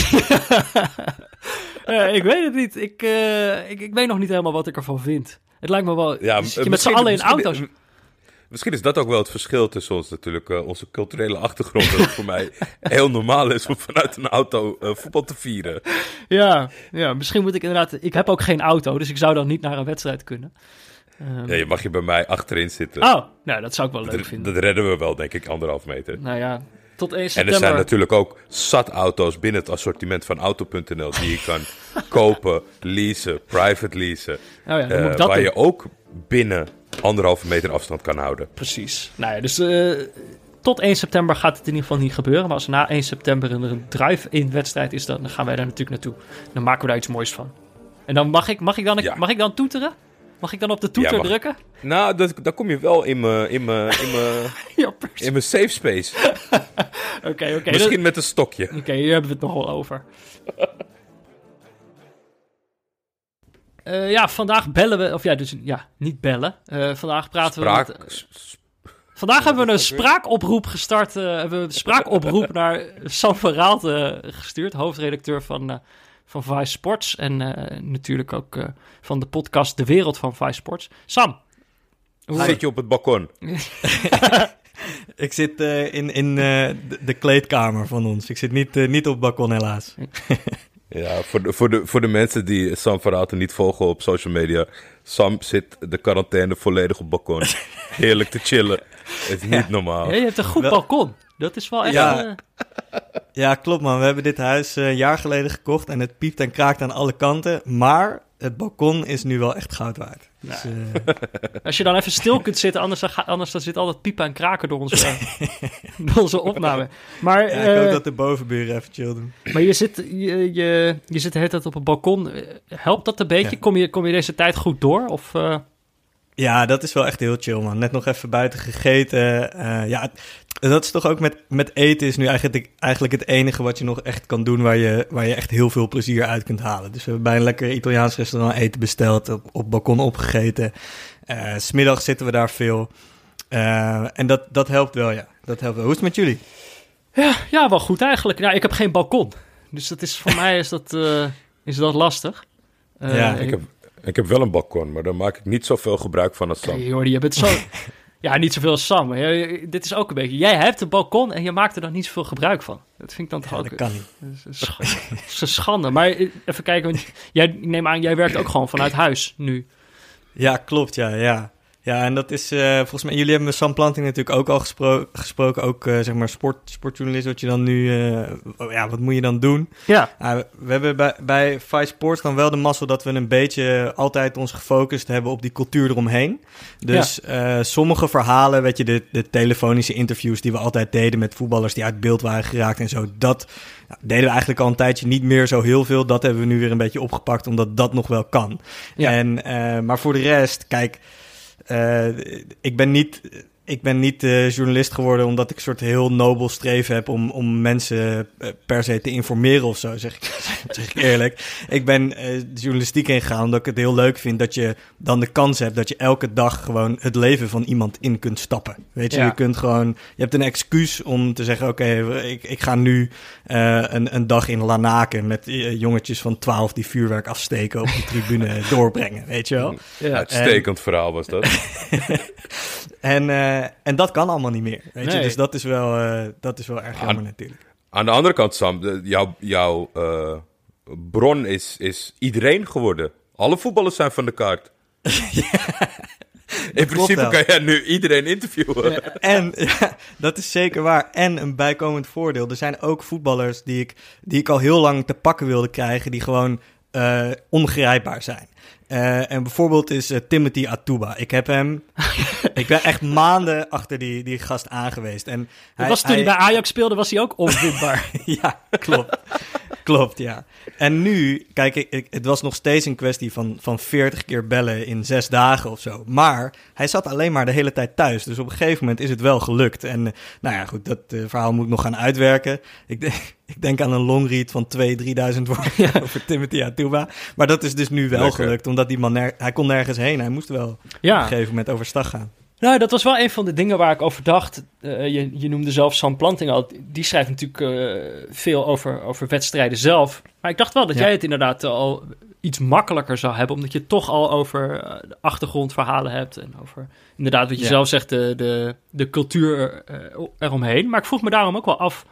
Ik weet het niet. Ik weet nog niet helemaal wat ik ervan vind. Het lijkt me wel... Ja, je met z'n allen in auto's... Misschien is dat ook wel het verschil tussen ons natuurlijk. Onze culturele achtergrond. Dat het voor mij heel normaal is om vanuit een auto voetbal te vieren. Ja, misschien moet ik inderdaad... Ik heb ook geen auto, dus ik zou dan niet naar een wedstrijd kunnen. Ja, je mag je bij mij achterin zitten. Oh, nou, dat zou ik wel leuk vinden. Dat redden we wel, denk ik, 1,5 meter. Nou ja, tot 1 september. En er zijn natuurlijk ook zat auto's binnen het assortiment van Auto.nl die je kan kopen, leasen, private leasen. Oh ja, dan moet dat waar doen. je ook binnen 1,5 meter afstand kan houden. Precies. Nou ja, dus tot 1 september gaat het in ieder geval niet gebeuren. Maar als na 1 september een drive-in wedstrijd is, dan gaan wij daar natuurlijk naartoe. Dan maken we daar iets moois van. En dan mag ik dan toeteren? Mag ik dan op de toeter drukken? Nou, dan kom je wel in mijn safe space. Oké. Misschien met een stokje. Oké, hier hebben we het nog wel over. Vandaag bellen we... Of niet bellen. Vandaag praten we... Vandaag hebben we een spraakoproep gestart. Hebben we een spraakoproep naar Sam van Raalte gestuurd. Hoofdredacteur van Vice Sports. En natuurlijk ook van de podcast De Wereld van Vice Sports. Sam. Zit je op het balkon? Ik zit in de kleedkamer van ons. Ik zit niet op het balkon, helaas. Ja, voor de mensen die Sam van Raalte niet volgen op social media. Sam zit de quarantaine volledig op het balkon. Heerlijk te chillen. Het is niet normaal. Ja, je hebt een goed balkon. Dat is wel echt... Ja, klopt man. We hebben dit huis een jaar geleden gekocht en het piept en kraakt aan alle kanten. Maar het balkon is nu wel echt goud waard. Nou, dus, als je dan even stil kunt zitten, anders dan zit altijd piepen en kraken door onze opname. Maar, ik hoop dat de bovenburen even chill doen. Maar je zit de hele tijd op het balkon. Helpt dat een beetje? Ja. Kom je deze tijd goed door? Of... Ja, dat is wel echt heel chill, man. Net nog even buiten gegeten. Dat is toch ook met eten is nu eigenlijk het enige wat je nog echt kan doen waar je echt heel veel plezier uit kunt halen. Dus we hebben bij een lekker Italiaans restaurant eten besteld, op het balkon opgegeten. 's Middags zitten we daar veel. En dat helpt wel, ja. Dat helpt wel. Hoe is het met jullie? Ja, wel goed eigenlijk. Ja, ik heb geen balkon. Dus dat is, voor mij is dat lastig. Ik heb wel een balkon, maar daar maak ik niet zoveel gebruik van als Sam. Hey, Jordi, je bent zo... Ja, niet zoveel als Sam. Maar dit is ook een beetje... Jij hebt een balkon en je maakt er dan niet zoveel gebruik van. Dat vind ik dan toch ook... Dat kan niet. Dat is een schande. Maar even kijken, want jij werkt ook gewoon vanuit huis nu. Ja, klopt, ja. Ja, en dat is volgens mij... Jullie hebben met Sam Planting natuurlijk ook al gesproken. Ook, zeg maar, sportjournalist, wat je dan nu... wat moet je dan doen? Ja. We hebben bij Vice Sports gewoon wel de mazzel dat we een beetje altijd ons gefocust hebben op die cultuur eromheen. Dus sommige verhalen, weet je, de telefonische interviews die we altijd deden met voetballers die uit beeld waren geraakt en zo, dat deden we eigenlijk al een tijdje niet meer zo heel veel. Dat hebben we nu weer een beetje opgepakt, omdat dat nog wel kan. Ja. Maar voor de rest, kijk... Ik ben niet journalist geworden omdat ik een soort heel nobel streven heb om mensen per se te informeren of zo, zeg ik eerlijk. Ik ben journalistiek ingegaan omdat ik het heel leuk vind dat je dan de kans hebt dat je elke dag gewoon het leven van iemand in kunt stappen. Weet je, je hebt een excuus om te zeggen, oké, ik ga nu een dag in Lanaken met jongetjes van 12 die vuurwerk afsteken op de tribune doorbrengen, weet je wel. Ja, uitstekend verhaal was dat. En dat kan allemaal niet meer, weet je. Dus dat is wel erg jammer natuurlijk. Aan de andere kant, Sam, jouw bron is iedereen geworden. Alle voetballers zijn van de kaart. In principe kan jij nu iedereen interviewen. Ja, en dat is zeker waar. En een bijkomend voordeel. Er zijn ook voetballers die ik al heel lang te pakken wilde krijgen, die gewoon ongrijpbaar zijn. En bijvoorbeeld is Timothy Atuba. Ik ben echt maanden achter die gast aangeweest. En toen hij bij Ajax speelde, was hij ook onvindbaar. Ja, klopt. Klopt, ja. En nu, kijk, het was nog steeds een kwestie van 40 keer bellen in 6 dagen of zo. Maar hij zat alleen maar de hele tijd thuis. Dus op een gegeven moment is het wel gelukt. En nou ja, goed, dat verhaal moet ik nog gaan uitwerken. Ik denk aan een longread van 2.000-3.000 woorden over Timothy Atuba. Maar dat is dus nu wel gelukt, omdat die man hij kon nergens heen. Hij moest wel op een gegeven moment overstag gaan. Nou, dat was wel een van de dingen waar ik over dacht. Je noemde zelf Sam Planting al. Die schrijft natuurlijk veel over wedstrijden zelf. Maar ik dacht wel dat jij het inderdaad al iets makkelijker zou hebben. Omdat je toch al over de achtergrondverhalen hebt. En over, inderdaad, wat je zelf zegt, de cultuur eromheen. Maar ik vroeg me daarom ook wel af.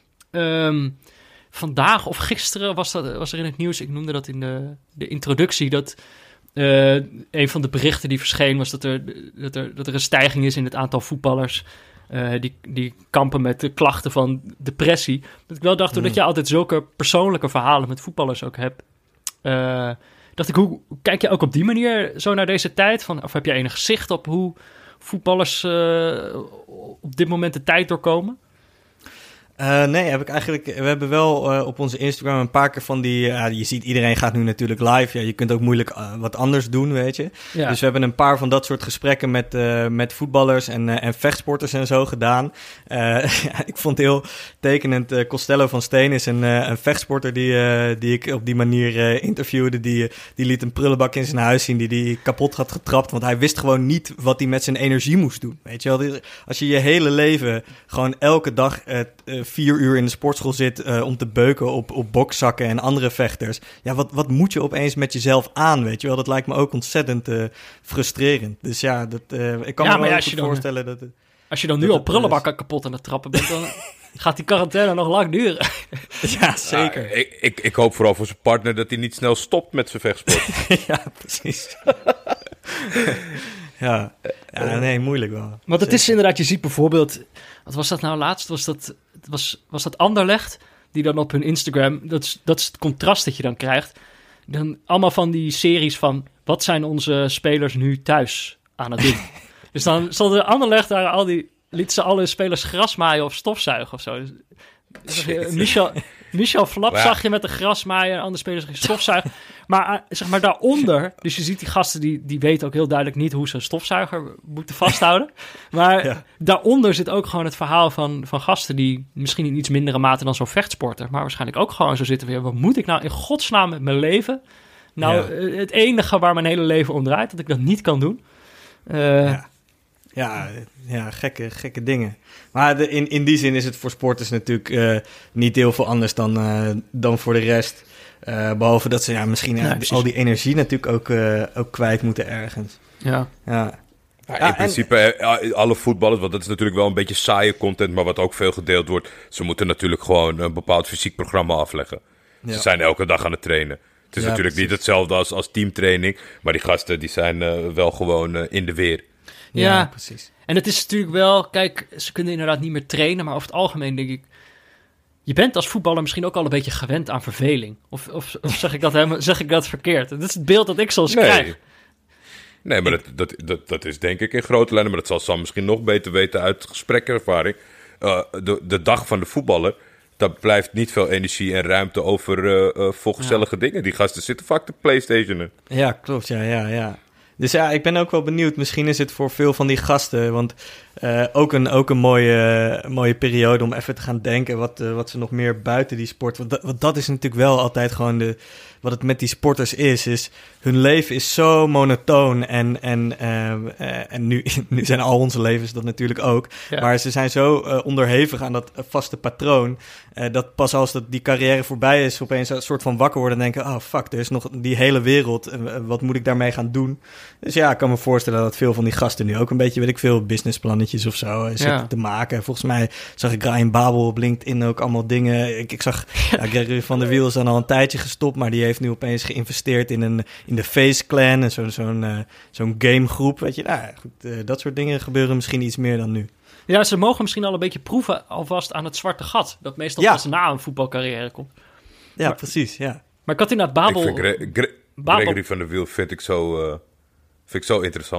Vandaag of gisteren was er in het nieuws. Ik noemde dat in de introductie. Dat een van de berichten die verscheen was dat er een stijging is in het aantal voetballers die kampen met de klachten van depressie. Dat ik wel dacht, doordat je altijd zulke persoonlijke verhalen met voetballers ook hebt, dacht ik, hoe kijk je ook op die manier zo naar deze tijd? Of heb je enig zicht op hoe voetballers op dit moment de tijd doorkomen? Nee, we hebben wel op onze Instagram een paar keer van die... je ziet, iedereen gaat nu natuurlijk live. Ja, je kunt ook moeilijk wat anders doen, weet je. Ja. Dus we hebben een paar van dat soort gesprekken met voetballers en vechtsporters en zo gedaan. Ik vond het heel tekenend. Costello van Steen is een vechtsporter die ik op die manier interviewde. Die liet een prullenbak in zijn huis zien die kapot had getrapt. Want hij wist gewoon niet wat hij met zijn energie moest doen. Weet je wel? Als je je hele leven gewoon elke dag 4 uur in de sportschool zit om te beuken op bokszakken en andere vechters. Ja, wat moet je opeens met jezelf aan, weet je wel? Dat lijkt me ook ontzettend frustrerend. Dus ja, ik kan me wel goed voorstellen dat... Als je dan nu al prullenbakken kapot aan het trappen bent, dan gaat die quarantaine nog lang duren. Ja, zeker. Ik hoop vooral voor zijn partner dat hij niet snel stopt met zijn vechtsport. Ja, precies. Ja, nee, moeilijk wel. Want het is inderdaad, je ziet bijvoorbeeld... Wat was dat nou laatst? Was dat Anderlecht? Die dan op hun Instagram... Dat is het contrast dat je dan krijgt. Dan allemaal van die series van... Wat zijn onze spelers nu thuis aan het doen? Dus dan stond de Anderlecht daar lieten ze alle spelers grasmaaien of stofzuigen of zo. Dus, Michel Flap zag je met de grasmaaier en andere spelers geen stofzuigen. Maar zeg maar daaronder, dus je ziet die gasten die weten ook heel duidelijk niet hoe ze een stofzuiger moeten vasthouden. Maar daaronder zit ook gewoon het verhaal van gasten die misschien in iets mindere mate dan zo'n vechtsporter, maar waarschijnlijk ook gewoon zo zitten weer. Wat moet ik nou in godsnaam met mijn leven? Nou, het enige waar mijn hele leven om draait, dat ik dat niet kan doen. Ja, gekke dingen. Maar in die zin is het voor sporters natuurlijk niet heel veel anders dan voor de rest. Behalve dat ze misschien al die energie natuurlijk ook kwijt moeten ergens. Ja, in principe, alle voetballers, want dat is natuurlijk wel een beetje saaie content, maar wat ook veel gedeeld wordt, ze moeten natuurlijk gewoon een bepaald fysiek programma afleggen. Ja. Ze zijn elke dag aan het trainen. Het is natuurlijk niet hetzelfde als teamtraining, maar die gasten die zijn wel gewoon in de weer. Ja, precies. En het is natuurlijk wel, kijk, ze kunnen inderdaad niet meer trainen, maar over het algemeen denk ik, je bent als voetballer misschien ook al een beetje gewend aan verveling. Of zeg ik dat verkeerd? Dat is het beeld dat ik soms krijg. Nee, maar dat is denk ik in grote lijnen, maar dat zal Sam misschien nog beter weten uit gesprekervaring. De dag van de voetballer, daar blijft niet veel energie en ruimte over voor gezellige dingen. Die gasten zitten vaak te PlayStationen. Ja, klopt, ja. Dus ja, ik ben ook wel benieuwd. Misschien is het voor veel van die gasten, want ook een mooie periode om even te gaan denken wat ze nog meer buiten die sport... Want dat is natuurlijk wel altijd gewoon wat het met die sporters is hun leven is zo monotoon en nu zijn al onze levens dat natuurlijk ook. Ja. Maar ze zijn zo onderhevig aan dat vaste patroon, dat pas als die carrière voorbij is, opeens een soort van wakker worden en denken, oh fuck, er is nog die hele wereld, wat moet ik daarmee gaan doen? Dus ja, ik kan me voorstellen dat veel van die gasten nu ook een beetje, weet ik veel, businessplannetjes of zo zitten te maken. Volgens mij zag ik Ryan Babel op LinkedIn ook allemaal dingen. Ik zag, Gregory van der Wiel is dan al een tijdje gestopt, maar die heeft nu opeens geïnvesteerd in de Face Clan en zo'n gamegroep, weet je. Nou, goed, dat soort dingen gebeuren misschien iets meer dan nu. Ja, ze mogen misschien al een beetje proeven alvast aan het zwarte gat, dat meestal pas na een voetbalcarrière komt. Ja, maar, precies, ja. Maar ik had inderdaad Babel... Gregory van der Wiel vind ik zo interessant.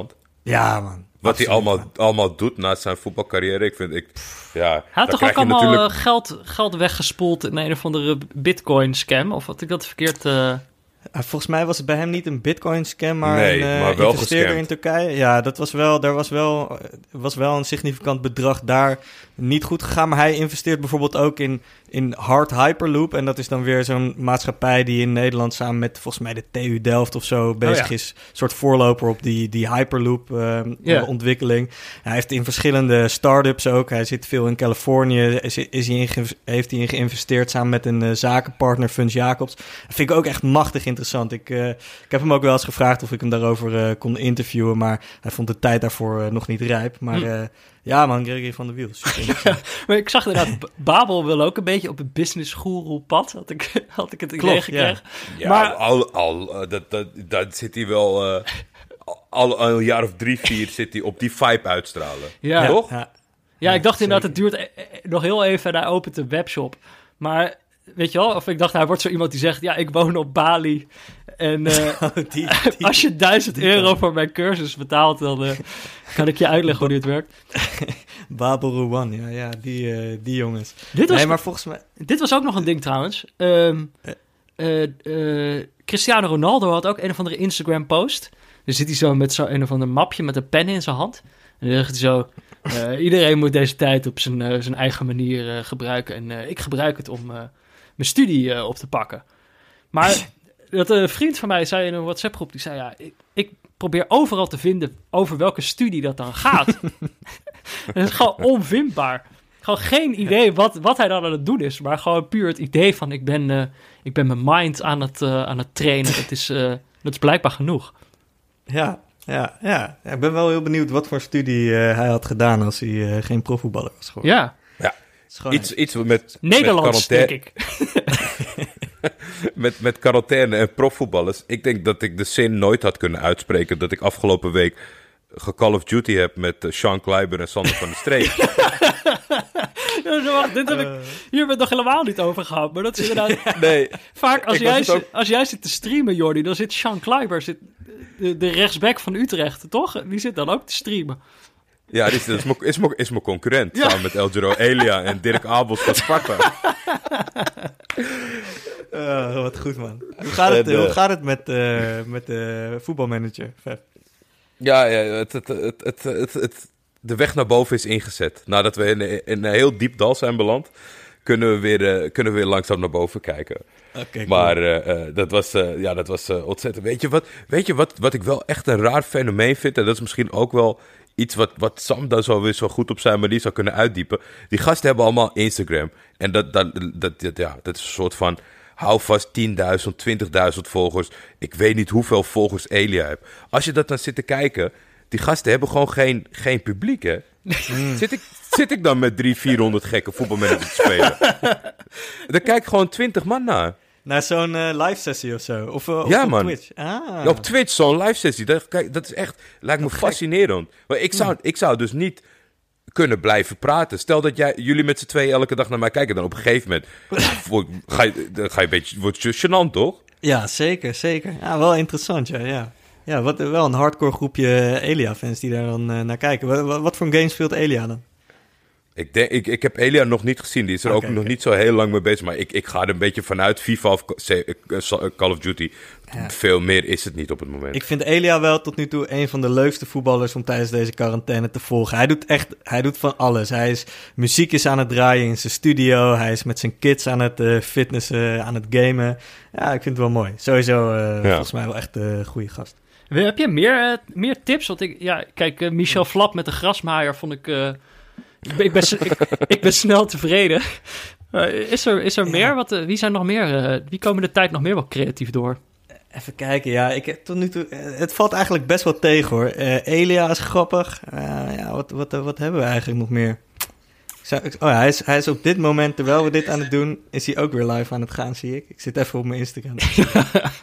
Ja, man. Wat hij Absoluut, allemaal doet naast zijn voetbalcarrière. Hij had toch ook allemaal geld weggespoeld in een of andere Bitcoin-scam? Of had ik dat verkeerd... Volgens mij was het bij hem niet een Bitcoin-scam, maar maar wel investeerder gescamd. in Turkije. Ja, dat was wel een significant bedrag daar niet goed gegaan. Maar hij investeert bijvoorbeeld ook in Hard Hyperloop. En dat is dan weer zo'n maatschappij die in Nederland samen met volgens mij de TU Delft of zo bezig is. Een soort voorloper op die Hyperloop ontwikkeling. Hij heeft in verschillende start-ups ook. Hij zit veel in Californië. Heeft hij in geïnvesteerd samen met een zakenpartner, Funds Jacobs. Dat vind ik ook echt machtig interessant. Ik heb hem ook wel eens gevraagd of ik hem daarover kon interviewen. Maar hij vond de tijd daarvoor nog niet rijp. Maar ja man, Gregory van der Wiel. Super. Maar ik zag inderdaad, Babel wil ook een beetje op het business guru pad. Had ik het idee gekregen. Ja, maar dat zit hij wel... al een jaar of 3, 4 zit hij op die vibe uitstralen. Ja. Toch? Ja, ik dacht inderdaad, het duurt nog heel even en hij opent een webshop. Maar weet je wel, of ik dacht, hij wordt zo iemand die zegt... Ja, ik woon op Bali en als je €1.000 voor mijn cursus betaalt... dan kan ik je uitleggen hoe dit werkt. Babel Rouwan, ja, die jongens. Maar volgens mij... Dit was ook nog een ding trouwens. Cristiano Ronaldo had ook een of andere Instagram-post. Dan zit hij zo met een of ander mapje met een pen in zijn hand. En dan zegt hij zo... iedereen moet deze tijd op zijn eigen manier gebruiken. En ik gebruik het om mijn studie op te pakken. Maar dat een vriend van mij zei in een WhatsApp-groep... die zei, ja, ik probeer overal te vinden over welke studie dat dan gaat. Dat is gewoon onvindbaar. Gewoon geen idee wat hij dan aan het doen is. Maar gewoon puur het idee van... ik ben mijn mind aan het trainen. Dat is blijkbaar genoeg. Ja. Ik ben wel heel benieuwd wat voor studie hij had gedaan... als hij geen profvoetballer was geworden. Ja. Iets met Nederlands, denk ik. met quarantaine en profvoetballers. Ik denk dat ik de zin nooit had kunnen uitspreken... dat ik afgelopen week Call of Duty heb... met Sean Kleiber en Sander van der Streek. Wacht, dit heb ik hier het nog helemaal niet over gehad. Maar dat is inderdaad... Nee. Vaak als jij zit te streamen, Jordi... dan zit Sean Kleiber, de rechtsback van Utrecht, toch? Die zit dan ook te streamen. Ja, is mijn concurrent. Ja. Samen met Eljero Elia en Dirk Abels van Sparta. Wat goed, man. Hoe gaat het met de voetbalmanager, Vef? Ja, de weg naar boven is ingezet. Nadat we in een heel diep dal zijn beland... kunnen we weer langzaam naar boven kijken. Okay, maar dat was ontzettend... Weet je wat ik wel echt een raar fenomeen vind... en dat is misschien ook wel iets wat Sam daar zo weer zo goed op zijn manier zou kunnen uitdiepen. Die gasten hebben allemaal Instagram. En dat is een soort van... hou vast 10.000, 20.000 volgers. Ik weet niet hoeveel volgers Elia heeft. Als je dat dan zit te kijken... die gasten hebben gewoon geen publiek, hè? Zit ik dan met 300-400 gekke voetbalmanagers te spelen? Daar kijk gewoon 20 man naar. Naar zo'n live sessie of zo? Of ja, op man. Twitch? Ja, op Twitch, zo'n live sessie. Dat is echt... lijkt me fascinerend. Maar ik zou dus niet kunnen blijven praten. Stel dat jullie met z'n tweeën elke dag naar mij kijken... dan op een gegeven moment... ga je een beetje... wordt je gênant, toch? Ja, zeker. Ja, wel interessant, ja. Ja, wel een hardcore groepje Elia-fans die daar dan naar kijken. Wat voor games speelt Elia dan? Ik heb Elia nog niet gezien. Die is er ook nog niet zo heel lang mee bezig. Maar ik ga er een beetje vanuit FIFA of Call of Duty. Ja. Veel meer is het niet op het moment. Ik vind Elia wel tot nu toe een van de leukste voetballers om tijdens deze quarantaine te volgen. Hij doet van alles. Muziek is aan het draaien in zijn studio. Hij is met zijn kids aan het fitnessen, aan het gamen. Ja, ik vind het wel mooi. Sowieso volgens mij wel echt een goede gast. Heb je meer tips? Want Michel Flap met de grasmaaier vond ik... Ik ben snel tevreden. Is er meer? Wie zijn nog meer? Wie komen de tijd nog meer wel creatief door? Even kijken, ja. Ik heb tot nu toe... Het valt eigenlijk best wel tegen, hoor. Elia is grappig. Wat hebben we eigenlijk nog meer? Hij is op dit moment, terwijl we dit aan het doen... is hij ook weer live aan het gaan, zie ik. Ik zit even op mijn Instagram.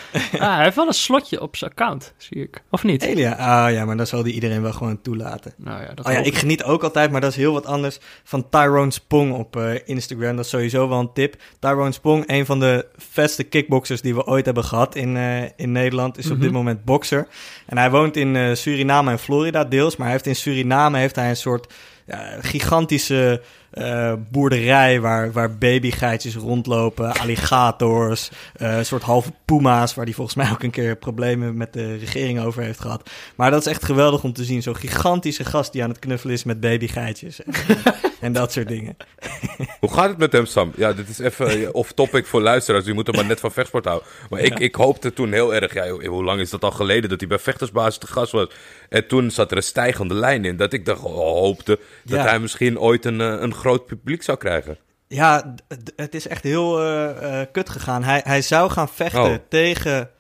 Hij heeft wel een slotje op zijn account, zie ik. Of niet? Elia, ja, maar dan zal die iedereen wel gewoon toelaten. Nou ja, dat ik geniet ook altijd, maar dat is heel wat anders, van Tyrone Spong op Instagram. Dat is sowieso wel een tip. Tyrone Spong, een van de vetste kickboxers die we ooit hebben gehad in Nederland, is op dit moment bokser. En hij woont in Suriname en Florida deels, maar hij heeft in Suriname een soort gigantische boerderij waar babygeitjes rondlopen, alligators, een soort halve puma's, waar hij volgens mij ook een keer problemen met de regering over heeft gehad. Maar dat is echt geweldig om te zien. Zo'n gigantische gast die aan het knuffelen is met babygeitjes en dat soort dingen. Hoe gaat het met hem, Sam? Ja, dit is even off-topic voor luisteraars. Je moet hem maar net van vechtsport houden. Maar ik hoopte toen heel erg... Ja, hoe lang is dat al geleden dat hij bij Vechtersbasis te gast was? En toen zat er een stijgende lijn in. Dat ik hoopte dat hij misschien ooit een groot publiek zou krijgen. Ja, het is echt heel kut gegaan. Hij zou gaan vechten tegen...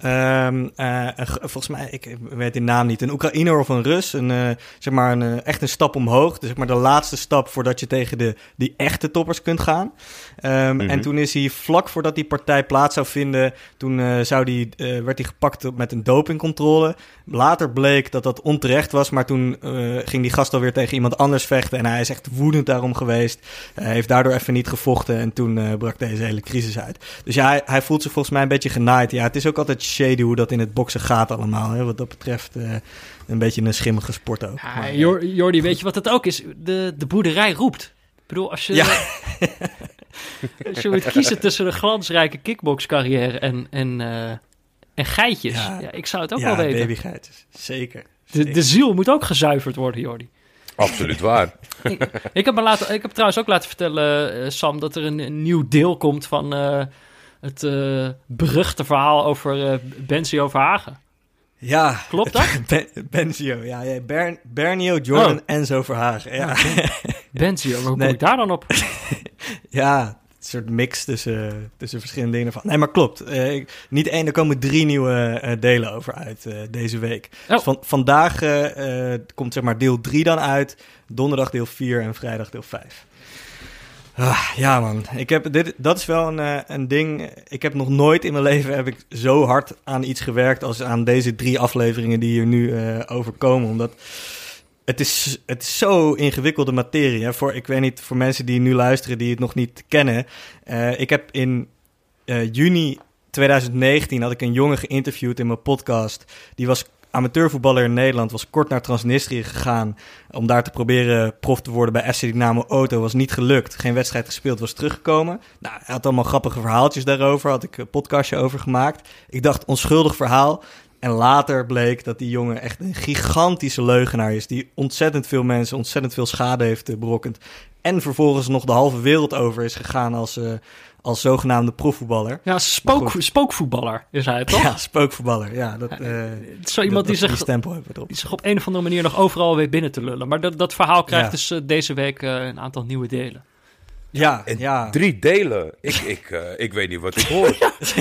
volgens mij, ik weet de naam niet, een Oekraïner of een Rus, echt een stap omhoog. Dus zeg maar de laatste stap voordat je tegen die echte toppers kunt gaan. En toen is hij vlak voordat die partij plaats zou vinden, toen werd hij gepakt met een dopingcontrole. Later bleek dat dat onterecht was, maar toen ging die gast alweer tegen iemand anders vechten en hij is echt woedend daarom geweest. Hij heeft daardoor even niet gevochten en toen brak deze hele crisis uit. Dus ja, hij voelt zich volgens mij een beetje genaaid. Ja, het is ook altijd shady hoe dat in het boksen gaat allemaal. Hè? Wat dat betreft een beetje een schimmige sport ook. Ja, Jordi, weet je wat het ook is? De boerderij roept. Ik bedoel, als je... Ja. Als je moet kiezen tussen een glansrijke kickboxcarrière en geitjes. Ja, ik zou het ook wel weten. Ja, babygeitjes. Zeker. De ziel moet ook gezuiverd worden, Jordi. Absoluut waar. Ik heb trouwens ook laten vertellen, Sam, dat er een nieuw deel komt van het beruchte verhaal over Benzio Verhagen. Ja. Klopt dat? Benzio, ja. Bernio, Jordan, Enzo Verhagen. Ja. Benzio, hoe kom ik daar dan op? Ja, een soort mix tussen verschillende dingen van. Nee, maar klopt. Niet één, er komen 3 nieuwe delen over uit deze week. Dus vandaag komt zeg maar deel 3 dan uit. Donderdag deel 4 en vrijdag deel 5. Ja man, dat is wel een ding. Ik heb nog nooit in mijn leven zo hard aan iets gewerkt als aan deze 3 afleveringen die hier nu overkomen. Omdat het is zo ingewikkelde materie. Hè? Ik weet niet, voor mensen die nu luisteren die het nog niet kennen. Ik heb in juni 2019 had ik een jongen geïnterviewd in mijn podcast. Die was amateurvoetballer in Nederland, was kort naar Transnistrië gegaan om daar te proberen prof te worden bij FC Dynamo Auto. Was niet gelukt, geen wedstrijd gespeeld, was teruggekomen. Nou, hij had allemaal grappige verhaaltjes daarover, had ik een podcastje over gemaakt. Ik dacht, onschuldig verhaal. En later bleek dat die jongen echt een gigantische leugenaar is, die ontzettend veel mensen, ontzettend veel schade heeft berokkend. En vervolgens nog de halve wereld over is gegaan als zogenaamde profvoetballer. Ja, spookvoetballer is hij, toch? Ja, spookvoetballer. Ja, zo iemand die zich op een of andere manier nog overal weet binnen te lullen. Maar dat verhaal krijgt dus deze week een aantal nieuwe delen. Ja. 3 delen. Ik weet niet wat ik hoor.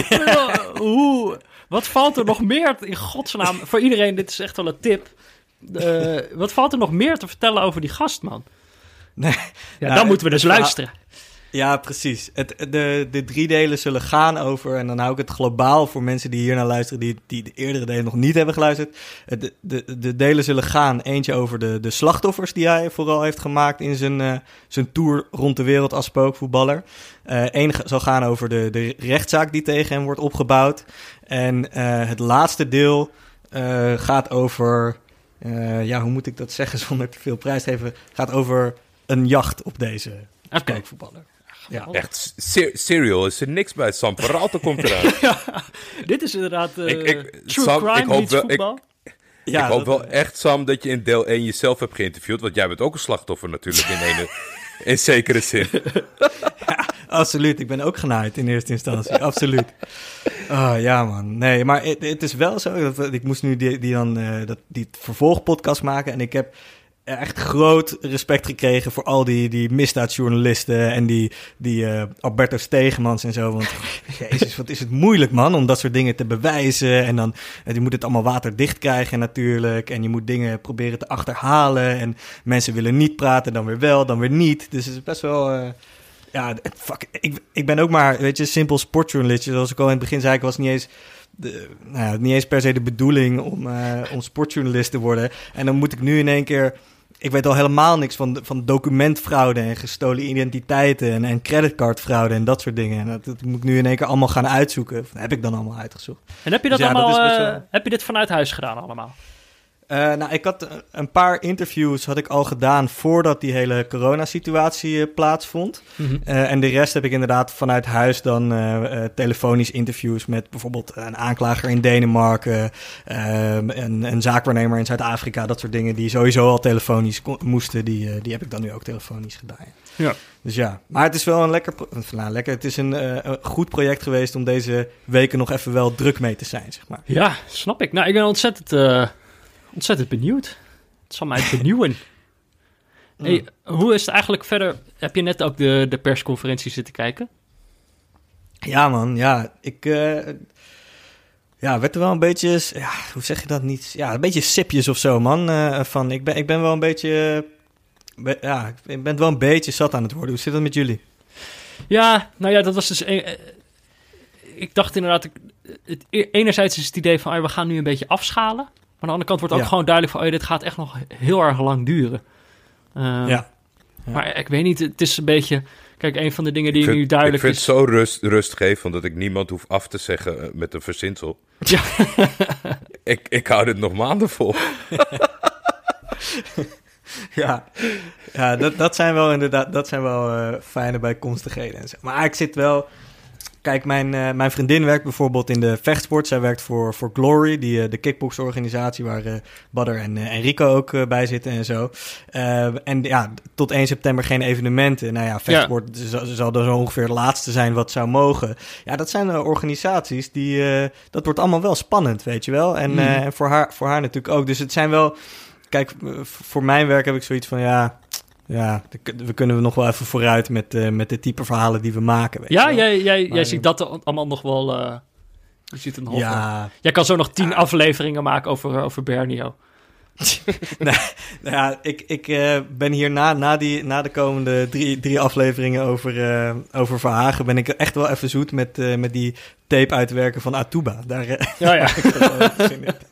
Wat valt er nog meer, in godsnaam, voor iedereen, dit is echt wel een tip. Wat valt er nog meer te vertellen over die gast, man? Nee, dan moeten we dus luisteren. Ja, precies. De 3 delen zullen gaan over, en dan hou ik het globaal voor mensen die hier naar luisteren, die de eerdere delen nog niet hebben geluisterd. De delen zullen gaan, eentje over de slachtoffers die hij vooral heeft gemaakt in zijn tour rond de wereld als spookvoetballer. Eén zal gaan over de rechtszaak die tegen hem wordt opgebouwd. En het laatste deel gaat over, hoe moet ik dat zeggen zonder te veel prijs te geven, gaat over een jacht op deze spookvoetballer. Ja. Echt, Serial is er niks bij. Sam Peralta komt eruit. Dit is inderdaad true crime meets voetbal. Ik hoop wel echt, Sam, dat je in deel 1 jezelf hebt geïnterviewd. Want jij bent ook een slachtoffer natuurlijk in zekere zin. Ja, absoluut. Ik ben ook genaaid in eerste instantie. Absoluut. Oh, ja, man. Nee, maar het is wel zo. Ik moest nu die vervolgpodcast maken. En ik heb echt groot respect gekregen voor al die misdaadjournalisten en die Alberto Stegemans en zo. Want jezus, wat is het moeilijk, man, om dat soort dingen te bewijzen. En dan, je moet het allemaal waterdicht krijgen natuurlijk. En je moet dingen proberen te achterhalen. En mensen willen niet praten, dan weer wel, dan weer niet. Dus het is best wel... ik ben ook maar, weet je, simpel sportjournalist. Zoals ik al in het begin zei, ik was niet eens niet eens per se de bedoeling om sportjournalist te worden. En dan moet ik nu in één keer... Ik weet al helemaal niks van documentfraude en gestolen identiteiten en creditcardfraude en dat soort dingen. En dat moet ik nu in één keer allemaal gaan uitzoeken. Dat heb ik dan allemaal uitgezocht. En heb je dat Dus allemaal, heb je dit vanuit huis gedaan allemaal? Ik had een paar interviews had ik al gedaan voordat die hele coronasituatie plaatsvond. Mm-hmm. En de rest heb ik inderdaad vanuit huis dan telefonisch interviews met bijvoorbeeld een aanklager in Denemarken, een zaakwaarnemer in Zuid-Afrika, dat soort dingen die sowieso al telefonisch moesten, die heb ik dan nu ook telefonisch gedaan. Ja. Dus ja, maar het is wel een het is een goed project geweest om deze weken nog even wel druk mee te zijn, zeg maar. Ja, snap ik. Nou, ik ben ontzettend benieuwd. Het zal mij benieuwen. Hey, hoe is het eigenlijk verder? Heb je net ook de persconferentie zitten kijken? Ja, man. Ja, ik werd er wel een beetje... Ja, hoe zeg je dat niet? Ja, een beetje sipjes of zo, man. Ik ben wel een beetje... ik ben wel een beetje zat aan het worden. Hoe zit dat met jullie? Ja, nou ja, dat was dus... Ik dacht inderdaad... Enerzijds is het idee van... we gaan nu een beetje afschalen. Maar aan de andere kant wordt ook gewoon duidelijk van... dit gaat echt nog heel erg lang duren. Maar ik weet niet, het is een beetje... Kijk, een van de dingen die nu duidelijk is... Ik vind het zo rustgevend dat ik niemand hoef af te zeggen met een verzinsel. Ja. ik hou dit nog maanden vol. Dat zijn wel inderdaad fijne bijkomstigheden. Maar ik zit wel... Kijk, mijn vriendin werkt bijvoorbeeld in de vechtsport. Zij werkt voor Glory, de kickboksorganisatie waar Badr en Rico ook bij zitten en zo. En ja, tot 1 september geen evenementen. Nou ja, vechtsport zal dan zo ongeveer het laatste zijn wat zou mogen. Ja, dat zijn organisaties die... dat wordt allemaal wel spannend, weet je wel. En voor haar natuurlijk ook. Dus het zijn wel... Kijk, voor mijn werk heb ik zoiets van... Ja, we kunnen nog wel even vooruit met de type verhalen die we maken. Weet je wel. Jij ziet dat allemaal nog wel... je ziet het nog wel. Jij kan zo nog 10 afleveringen maken over Bernio. Ik ben hier na de komende drie afleveringen over Verhagen... ben ik echt wel even zoet met die tape uitwerken van Atuba. Daar heb ik wel even zin in.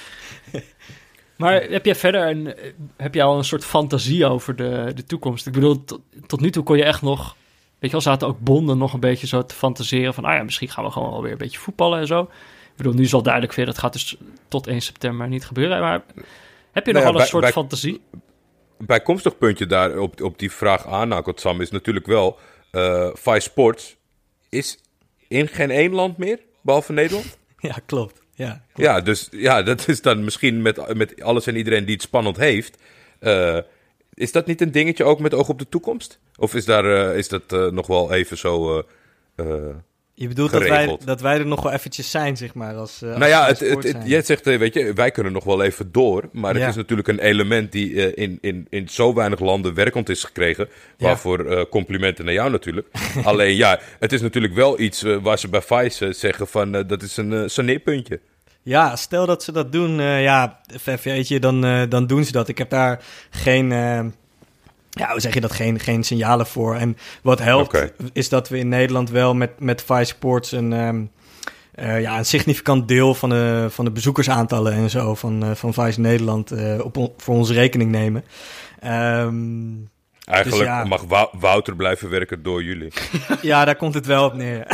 Maar heb jij al een soort fantasie over de toekomst? Ik bedoel, tot nu toe kon je echt nog... Weet je wel, zaten ook bonden nog een beetje zo te fantaseren van... misschien gaan we gewoon wel weer een beetje voetballen en zo. Ik bedoel, nu is al duidelijk weer, het gaat dus tot 1 september niet gebeuren. Maar heb je nog al een soort fantasie? Bijkomstig puntje daar op die vraag aanhaken, Sam, is natuurlijk wel... Vice Sports is in geen één land meer, behalve Nederland. Ja, klopt. Ja, dus dat is dan misschien met alles en iedereen die het spannend heeft. Is dat niet een dingetje ook met oog op de toekomst? Of is dat nog wel even zo je bedoelt dat wij er nog wel eventjes zijn, zeg maar. Jij zegt, weet je, wij kunnen nog wel even door. Maar het is natuurlijk een element die in zo weinig landen werkend is gekregen. Waarvoor complimenten naar jou natuurlijk. Alleen het is natuurlijk wel iets waar ze bij Vice zeggen van dat is een saneerpuntje. Ja, stel dat ze dat doen, weet je, dan doen ze dat. Ik heb daar geen... hoe zeg je dat? Geen signalen voor. En wat helpt is dat we in Nederland wel met Vice Sports een significant deel van de bezoekersaantallen en zo van Vice Nederland voor onze rekening nemen. Eigenlijk dus mag Wouter blijven werken door jullie. Ja, daar komt het wel op neer.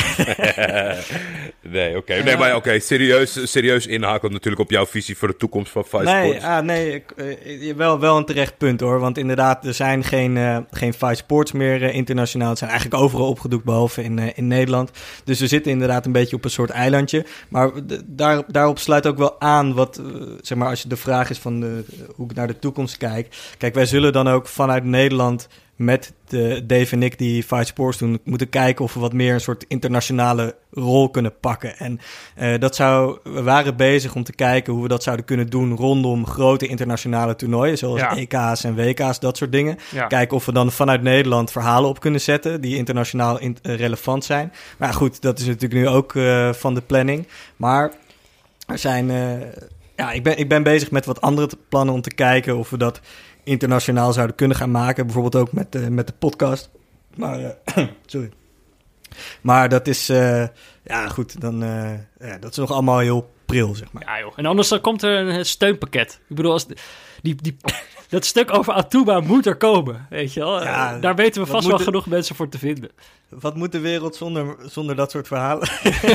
Nee, serieus inhaken natuurlijk op jouw visie voor de toekomst van Vice Sports. Wel een terecht punt hoor. Want inderdaad, er zijn geen Vice Sports meer internationaal. Het zijn eigenlijk overal opgedoekt, behalve in Nederland. Dus we zitten inderdaad een beetje op een soort eilandje. Maar daarop sluit ook wel aan wat, zeg maar, als je de vraag is van hoe ik naar de toekomst kijk. Kijk, wij zullen dan ook vanuit Nederland met Dave en ik die Vice Sports doen, moeten kijken of we wat meer een soort internationale rol kunnen pakken. En we waren bezig om te kijken hoe we dat zouden kunnen doen rondom grote internationale toernooien, zoals EK's en WK's, dat soort dingen. Ja. Kijken of we dan vanuit Nederland verhalen op kunnen zetten die internationaal relevant zijn. Maar goed, dat is natuurlijk nu ook van de planning. Maar er zijn... ik ben bezig met wat andere plannen om te kijken of we dat internationaal zouden kunnen gaan maken. Bijvoorbeeld ook met de podcast. Maar, sorry. Maar dat is, goed, dan, dat is nog allemaal heel pril, zeg maar. Ja joh, en anders dan komt er een steunpakket. Ik bedoel, als dat stuk over Atuba moet er komen, weet je wel. Ja, daar weten we vast wel genoeg mensen voor te vinden. Wat moet de wereld zonder dat soort verhalen?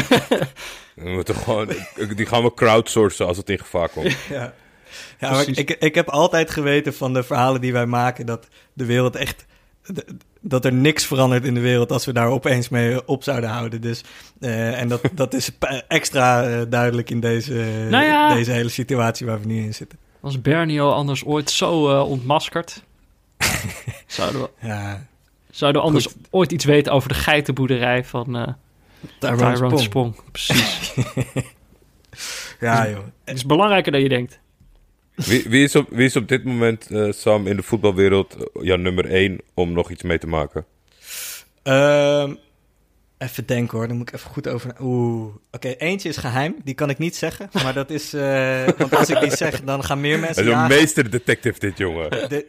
Die gaan we crowdsourcen als het in gevaar komt. Ja, maar ik heb altijd geweten van de verhalen die wij maken... dat de wereld echt... dat er niks verandert in de wereld... als we daar opeens mee op zouden houden. Dus, en dat is extra duidelijk in deze hele situatie waar we nu in zitten. Was Bernio anders ooit zo ontmaskerd? Zouden we anders ooit iets weten over de geitenboerderij van Tyrone Spong? Precies. Ja, joh. Het is belangrijker dan je denkt. Wie is op dit moment, Sam, in de voetbalwereld nummer 1 om nog iets mee te maken? Even denken hoor, daar moet ik even goed over... Oké, eentje is geheim, die kan ik niet zeggen. Maar dat is... want als ik die zeg, dan gaan meer mensen Dat is een meesterdetective dit, jongen.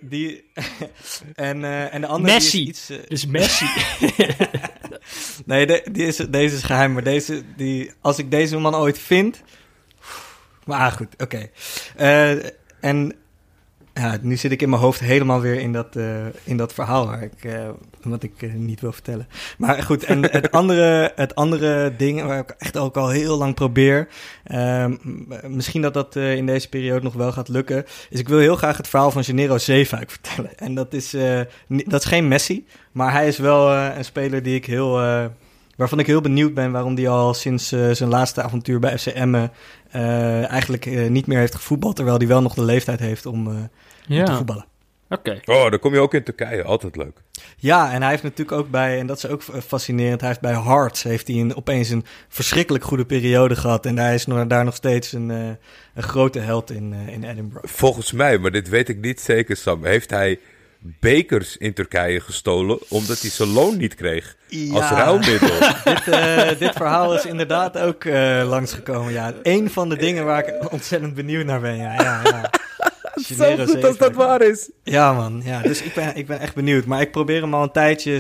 En de andere Messi. die is iets... Dus Messi. Nee, deze is geheim, maar als ik deze man ooit vind... Maar goed, oké. En nu zit ik in mijn hoofd helemaal weer in dat verhaal wat ik niet wil vertellen. Maar goed, en het andere ding waar ik echt ook al heel lang probeer... misschien dat in deze periode nog wel gaat lukken... is ik wil heel graag het verhaal van Gennaro Zeefuik vertellen. En dat is geen Messi, maar hij is wel een speler die ik waarvan ik heel benieuwd ben waarom hij al sinds zijn laatste avontuur bij FC Emmen eigenlijk niet meer heeft gevoetbald, terwijl hij wel nog de leeftijd heeft om te voetballen. Oké. Oh, dan kom je ook in Turkije. Altijd leuk. Ja, en hij heeft natuurlijk ook en dat is ook fascinerend, hij heeft bij Hearts opeens een verschrikkelijk goede periode gehad en hij is daar nog steeds een grote held in Edinburgh. Volgens mij, maar dit weet ik niet zeker, Sam, heeft hij bekers in Turkije gestolen omdat hij zijn loon niet kreeg als ruilmiddel. Dit verhaal is inderdaad ook langsgekomen. Ja, een van de dingen waar ik ontzettend benieuwd naar ben. Ja. Zo goed als dat waar is. Ja, man. Ja, dus ik ben echt benieuwd. Maar ik probeer hem al een tijdje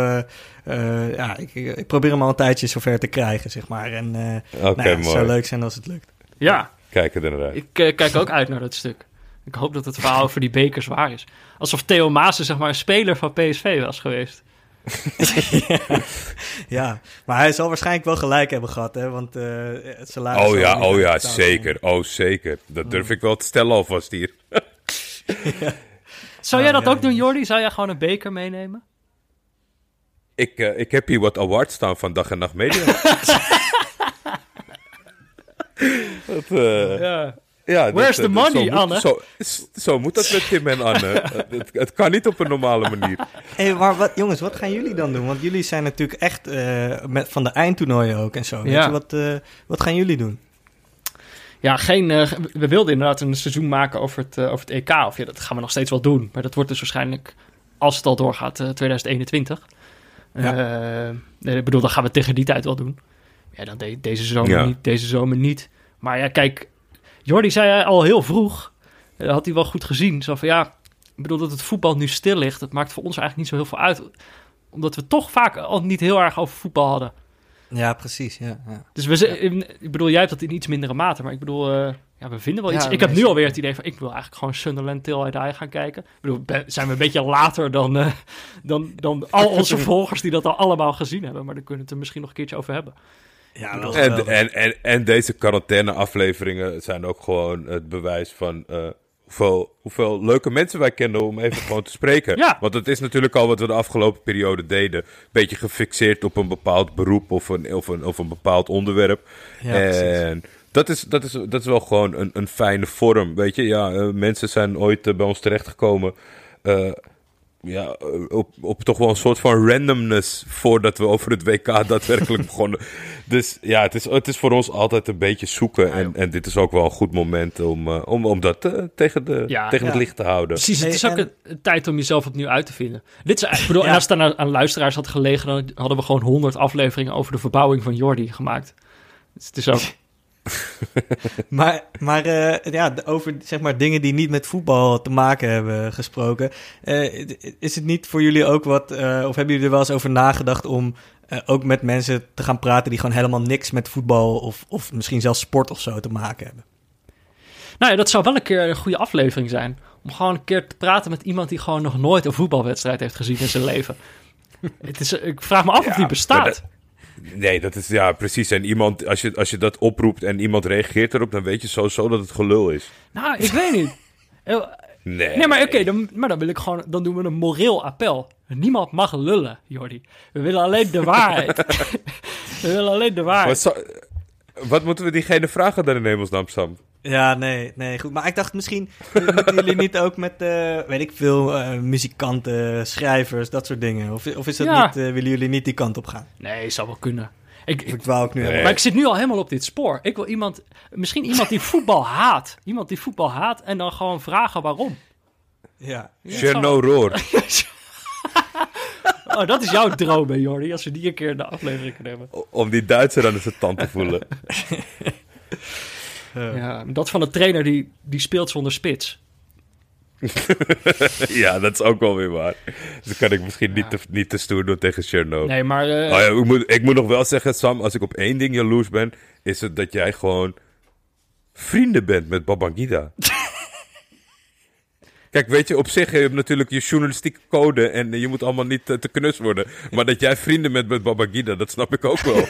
ik probeer hem al een tijdje zover te krijgen, zeg maar. En het zou leuk zijn als het lukt. Ja. Kijk er naar uit. Ik kijk ook uit naar dat stuk. Ik hoop dat het verhaal over die bekers waar is. Alsof Theo Maassen, zeg maar, een speler van PSV was geweest. Ja, maar hij zal waarschijnlijk wel gelijk hebben gehad, hè? Want het salaris... Zeker. Oh, zeker. Dat durf ik wel te stellen alvast hier. Ja. Zou jij dat ook doen, Jordi? Zou jij gewoon een beker meenemen? Ik heb hier wat awards staan van Dag en Nacht Media. Ja. Ja, where's the money, Anne? Zo moet dat met Tim en Anne. Het kan niet op een normale manier. Hey, maar jongens, wat gaan jullie dan doen? Want jullie zijn natuurlijk echt van de eindtoernooien ook en zo. Ja. Weet je, wat gaan jullie doen? Ja, we wilden inderdaad een seizoen maken over het EK. Of ja, dat gaan we nog steeds wel doen. Maar dat wordt dus waarschijnlijk, als het al doorgaat, 2021. Ja. Ik bedoel, dan gaan we tegen die tijd wel doen. Ja, dan deze zomer niet. Maar ja, kijk... Jordi zei al heel vroeg, had hij wel goed gezien. Zo van ik bedoel dat het voetbal nu stil ligt. Dat maakt voor ons eigenlijk niet zo heel veel uit. Omdat we toch vaak al niet heel erg over voetbal hadden. Ja, precies. Ja. Dus ik bedoel, jij hebt dat in iets mindere mate. Maar ik bedoel, we vinden wel iets. Ik heb nu alweer het idee van, ik wil eigenlijk gewoon Sunderland Till I Die gaan kijken. Ik bedoel, zijn we een beetje later dan al onze volgers die dat al allemaal gezien hebben. Maar daar kunnen we het er misschien nog een keertje over hebben. Ja, en deze quarantaine-afleveringen zijn ook gewoon het bewijs van hoeveel leuke mensen wij kennen om even gewoon te spreken. Ja. Want het is natuurlijk al wat we de afgelopen periode deden. Een beetje gefixeerd op een bepaald beroep of een bepaald onderwerp. Ja, en dat is wel gewoon een fijne vorm, weet je. Ja, mensen zijn ooit bij ons terechtgekomen... op toch wel een soort van randomness voordat we over het WK daadwerkelijk begonnen. Dus ja, het is voor ons altijd een beetje zoeken. En dit is ook wel een goed moment om dat tegen het licht te houden. Precies, het is ook een tijd om jezelf opnieuw uit te vinden. Dit is, en als het dan aan luisteraars had gelegen, dan hadden we gewoon 100 afleveringen over de verbouwing van Jordi gemaakt. Dus het is ook... maar over zeg maar dingen die niet met voetbal te maken hebben gesproken. Is het niet voor jullie ook wat... of hebben jullie er wel eens over nagedacht om ook met mensen te gaan praten die gewoon helemaal niks met voetbal of misschien zelfs sport of zo te maken hebben. Nou ja, dat zou wel een keer een goede aflevering zijn. Om gewoon een keer te praten met iemand die gewoon nog nooit een voetbalwedstrijd heeft gezien in zijn leven. Ik vraag me af of die bestaat. Nee, dat is precies. En iemand, als je dat oproept en iemand reageert erop, dan weet je sowieso dat het gelul is. Nou, ik weet niet. Nee, maar oké, dan wil ik gewoon, dan doen we een moreel appel. Niemand mag lullen, Jordi. We willen alleen de waarheid. We willen alleen de waarheid. Wat moeten we diegene vragen dan in hemelsnaam, Sam? Ja, nee, goed. Maar ik dacht misschien, moeten jullie niet ook met, weet ik veel, muzikanten, schrijvers, dat soort dingen? Of is dat niet, willen jullie niet die kant op gaan? Nee, zou wel kunnen. Ik dwaal ook nu helemaal. Maar ik zit nu al helemaal op dit spoor. Ik wil misschien iemand die voetbal haat. Iemand die voetbal haat en dan gewoon vragen waarom. Ja. Cherno Roor. Oh, dat is jouw droom, hè, Jordi, als we die een keer in de aflevering kunnen hebben. Om die Duitser aan zijn tand te voelen. Ja, dat van de trainer die speelt zonder spits. Ja, dat is ook wel weer waar. Dus kan ik misschien niet te stoer doen tegen Cherno. Nee, maar... ik moet nog wel zeggen, Sam, als ik op één ding jaloers ben, is het dat jij gewoon vrienden bent met Babangida. Kijk, weet je, op zich heb je natuurlijk je journalistieke code en je moet allemaal niet te knus worden. Maar dat jij vrienden bent met Babangida, dat snap ik ook wel.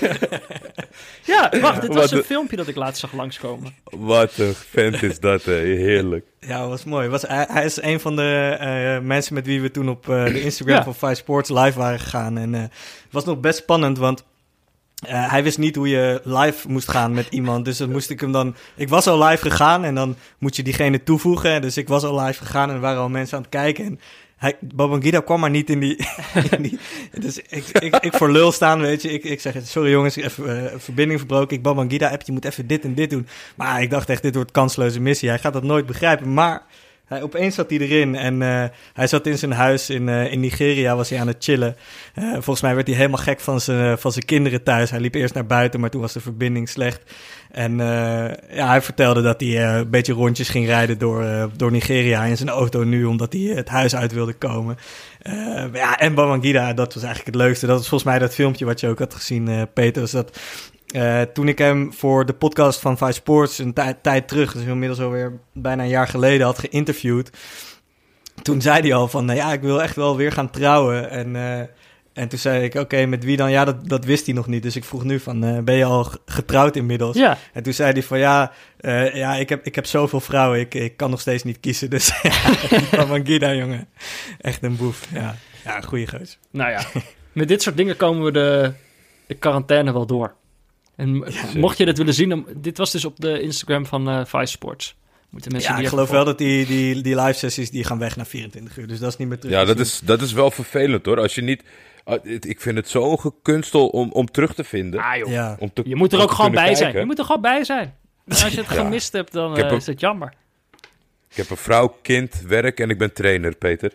Ja, wacht, dit was een filmpje dat ik laatst zag langskomen. Wat een vent is dat, hè. Heerlijk. Ja, dat was mooi. Hij is een van de mensen met wie we toen op de Instagram van Five Sports live waren gegaan. En het was nog best spannend, want hij wist niet hoe je live moest gaan met iemand. Dus dan moest ik hem dan... Ik was al live gegaan en dan moet je diegene toevoegen. Dus ik was al live gegaan en er waren al mensen aan het kijken. En Babangida kwam maar niet in die... dus ik voor lul staan, weet je. Ik zeg, sorry jongens, even verbinding verbroken. Babangida app, je moet even dit en dit doen. Maar ik dacht echt, dit wordt kansloze missie. Hij gaat dat nooit begrijpen, maar... Opeens zat hij erin en hij zat in zijn huis in Nigeria, was hij aan het chillen. Volgens mij werd hij helemaal gek van zijn kinderen thuis. Hij liep eerst naar buiten, maar toen was de verbinding slecht. En hij vertelde dat hij een beetje rondjes ging rijden door Nigeria in zijn auto nu, omdat hij het huis uit wilde komen. En Babangida, dat was eigenlijk het leukste. Dat was volgens mij dat filmpje wat je ook had gezien, Peter. Dus dat... toen ik hem voor de podcast van Five Sports een tijd terug, dus inmiddels alweer bijna een jaar geleden, had geïnterviewd. Toen zei hij al van, ik wil echt wel weer gaan trouwen. En toen zei ik, oké, met wie dan? Ja, dat wist hij nog niet. Dus ik vroeg nu van, ben je al getrouwd inmiddels? Ja. En toen zei hij van, ik heb zoveel vrouwen, ik kan nog steeds niet kiezen. Dus van Babangida, jongen. Echt een boef. Ja, een goeie geus. Nou ja, met dit soort dingen komen we de quarantaine wel door. En mocht je dat willen zien, dit was dus op de Instagram van Vice Sports. Moeten mensen ik geloof wel dat die live sessies die gaan weg na 24 uur. Dus dat is niet meer terug. Ja, dat is wel vervelend hoor. Als je niet... Ik vind het zo'n gekunstel om terug te vinden. Ah, joh. Ja. Je moet er ook gewoon bij zijn. Je moet er gewoon bij zijn. En als je het gemist hebt, dan is het jammer. Ik heb een vrouw, kind, werk en ik ben trainer, Peter.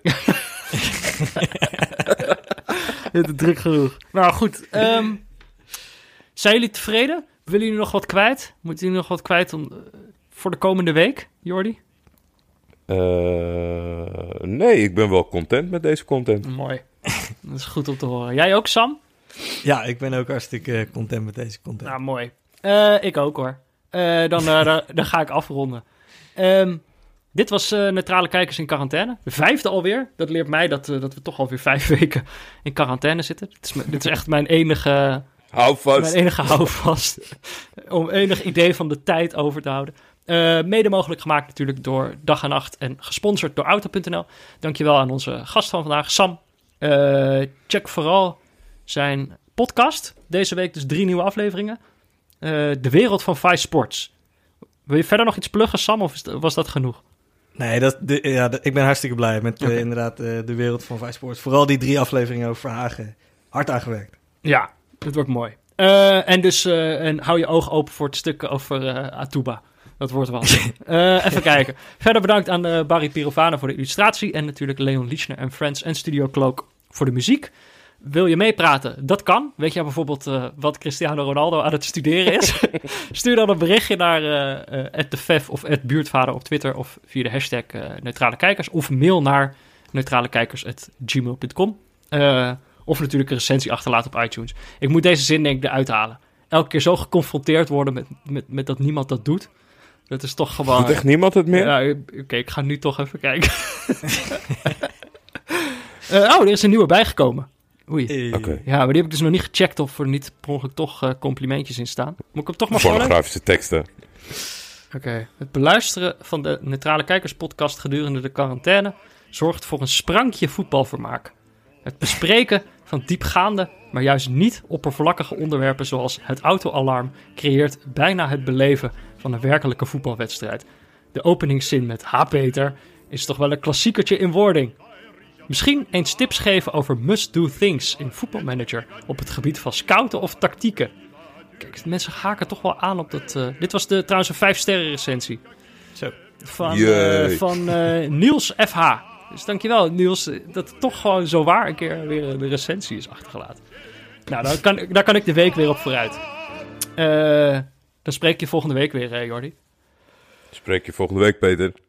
Het is druk genoeg. Nou goed, zijn jullie tevreden? Willen jullie nog wat kwijt? Moeten jullie nog wat kwijt voor de komende week, Jordi? Nee, ik ben wel content met deze content. Mooi. Dat is goed om te horen. Jij ook, Sam? Ja, ik ben ook hartstikke content met deze content. Nou, mooi. Ik ook hoor. Dan ga ik afronden. Dit was Neutrale Kijkers in quarantaine. De 5e alweer. Dat leert mij dat we toch alweer 5 weken in quarantaine zitten. Dit is echt mijn enige... Houvast. Mijn enige houvast. Om enig idee van de tijd over te houden. Mede mogelijk gemaakt natuurlijk door Dag en Nacht en gesponsord door Auto.nl. Dankjewel aan onze gast van vandaag, Sam. Check vooral zijn podcast. Deze week dus 3 nieuwe afleveringen. De wereld van Vice Sports. Wil je verder nog iets pluggen, Sam, of was dat genoeg? Nee, ik ben hartstikke blij met inderdaad de wereld van Vice Sports. Vooral die 3 afleveringen over Verhagen. Hard aangewerkt. Ja, het wordt mooi. En hou je ogen open voor het stuk over Atuba. Dat wordt wel. Even kijken. Verder bedankt aan Barry Pirovano voor de illustratie. En natuurlijk Leon Lischner en Friends en Studio Cloak voor de muziek. Wil je meepraten? Dat kan. Weet je bijvoorbeeld wat Cristiano Ronaldo aan het studeren is? Stuur dan een berichtje naar @defef of @buurtvader op Twitter. Of via de hashtag Neutrale Kijkers. Of mail naar neutralekijkers@gmail.com. Of natuurlijk een recensie achterlaten op iTunes. Ik moet deze zin denk ik eruit halen. Elke keer zo geconfronteerd worden met dat niemand dat doet. Dat is toch gewoon... Doet echt niemand het meer? Ja, oké, ik ga nu toch even kijken. Er is een nieuwe bijgekomen. Oei. Oké. Ja, maar die heb ik dus nog niet gecheckt of er niet per ongeluk toch complimentjes in staan. Moet ik hem toch maar voorlezen? Pornografische teksten. Oké. Het beluisteren van de Neutrale Kijkerspodcast gedurende de quarantaine zorgt voor een sprankje voetbalvermaak. Het bespreken van diepgaande, maar juist niet oppervlakkige onderwerpen zoals het autoalarm creëert bijna het beleven van een werkelijke voetbalwedstrijd. De openingszin met "Ha Peter" is toch wel een klassiekertje in wording. Misschien eens tips geven over must-do things in Football Manager op het gebied van scouten of tactieken. Kijk, mensen haken toch wel aan op dat... Dit was trouwens een 5-sterren recensie. Zo. Van Niels FH. Dus dankjewel Niels, dat het toch gewoon zo waar een keer weer de recensie is achtergelaten. Nou, daar kan ik de week weer op vooruit. Dan spreek je volgende week weer, Jordi. Spreek je volgende week, Peter.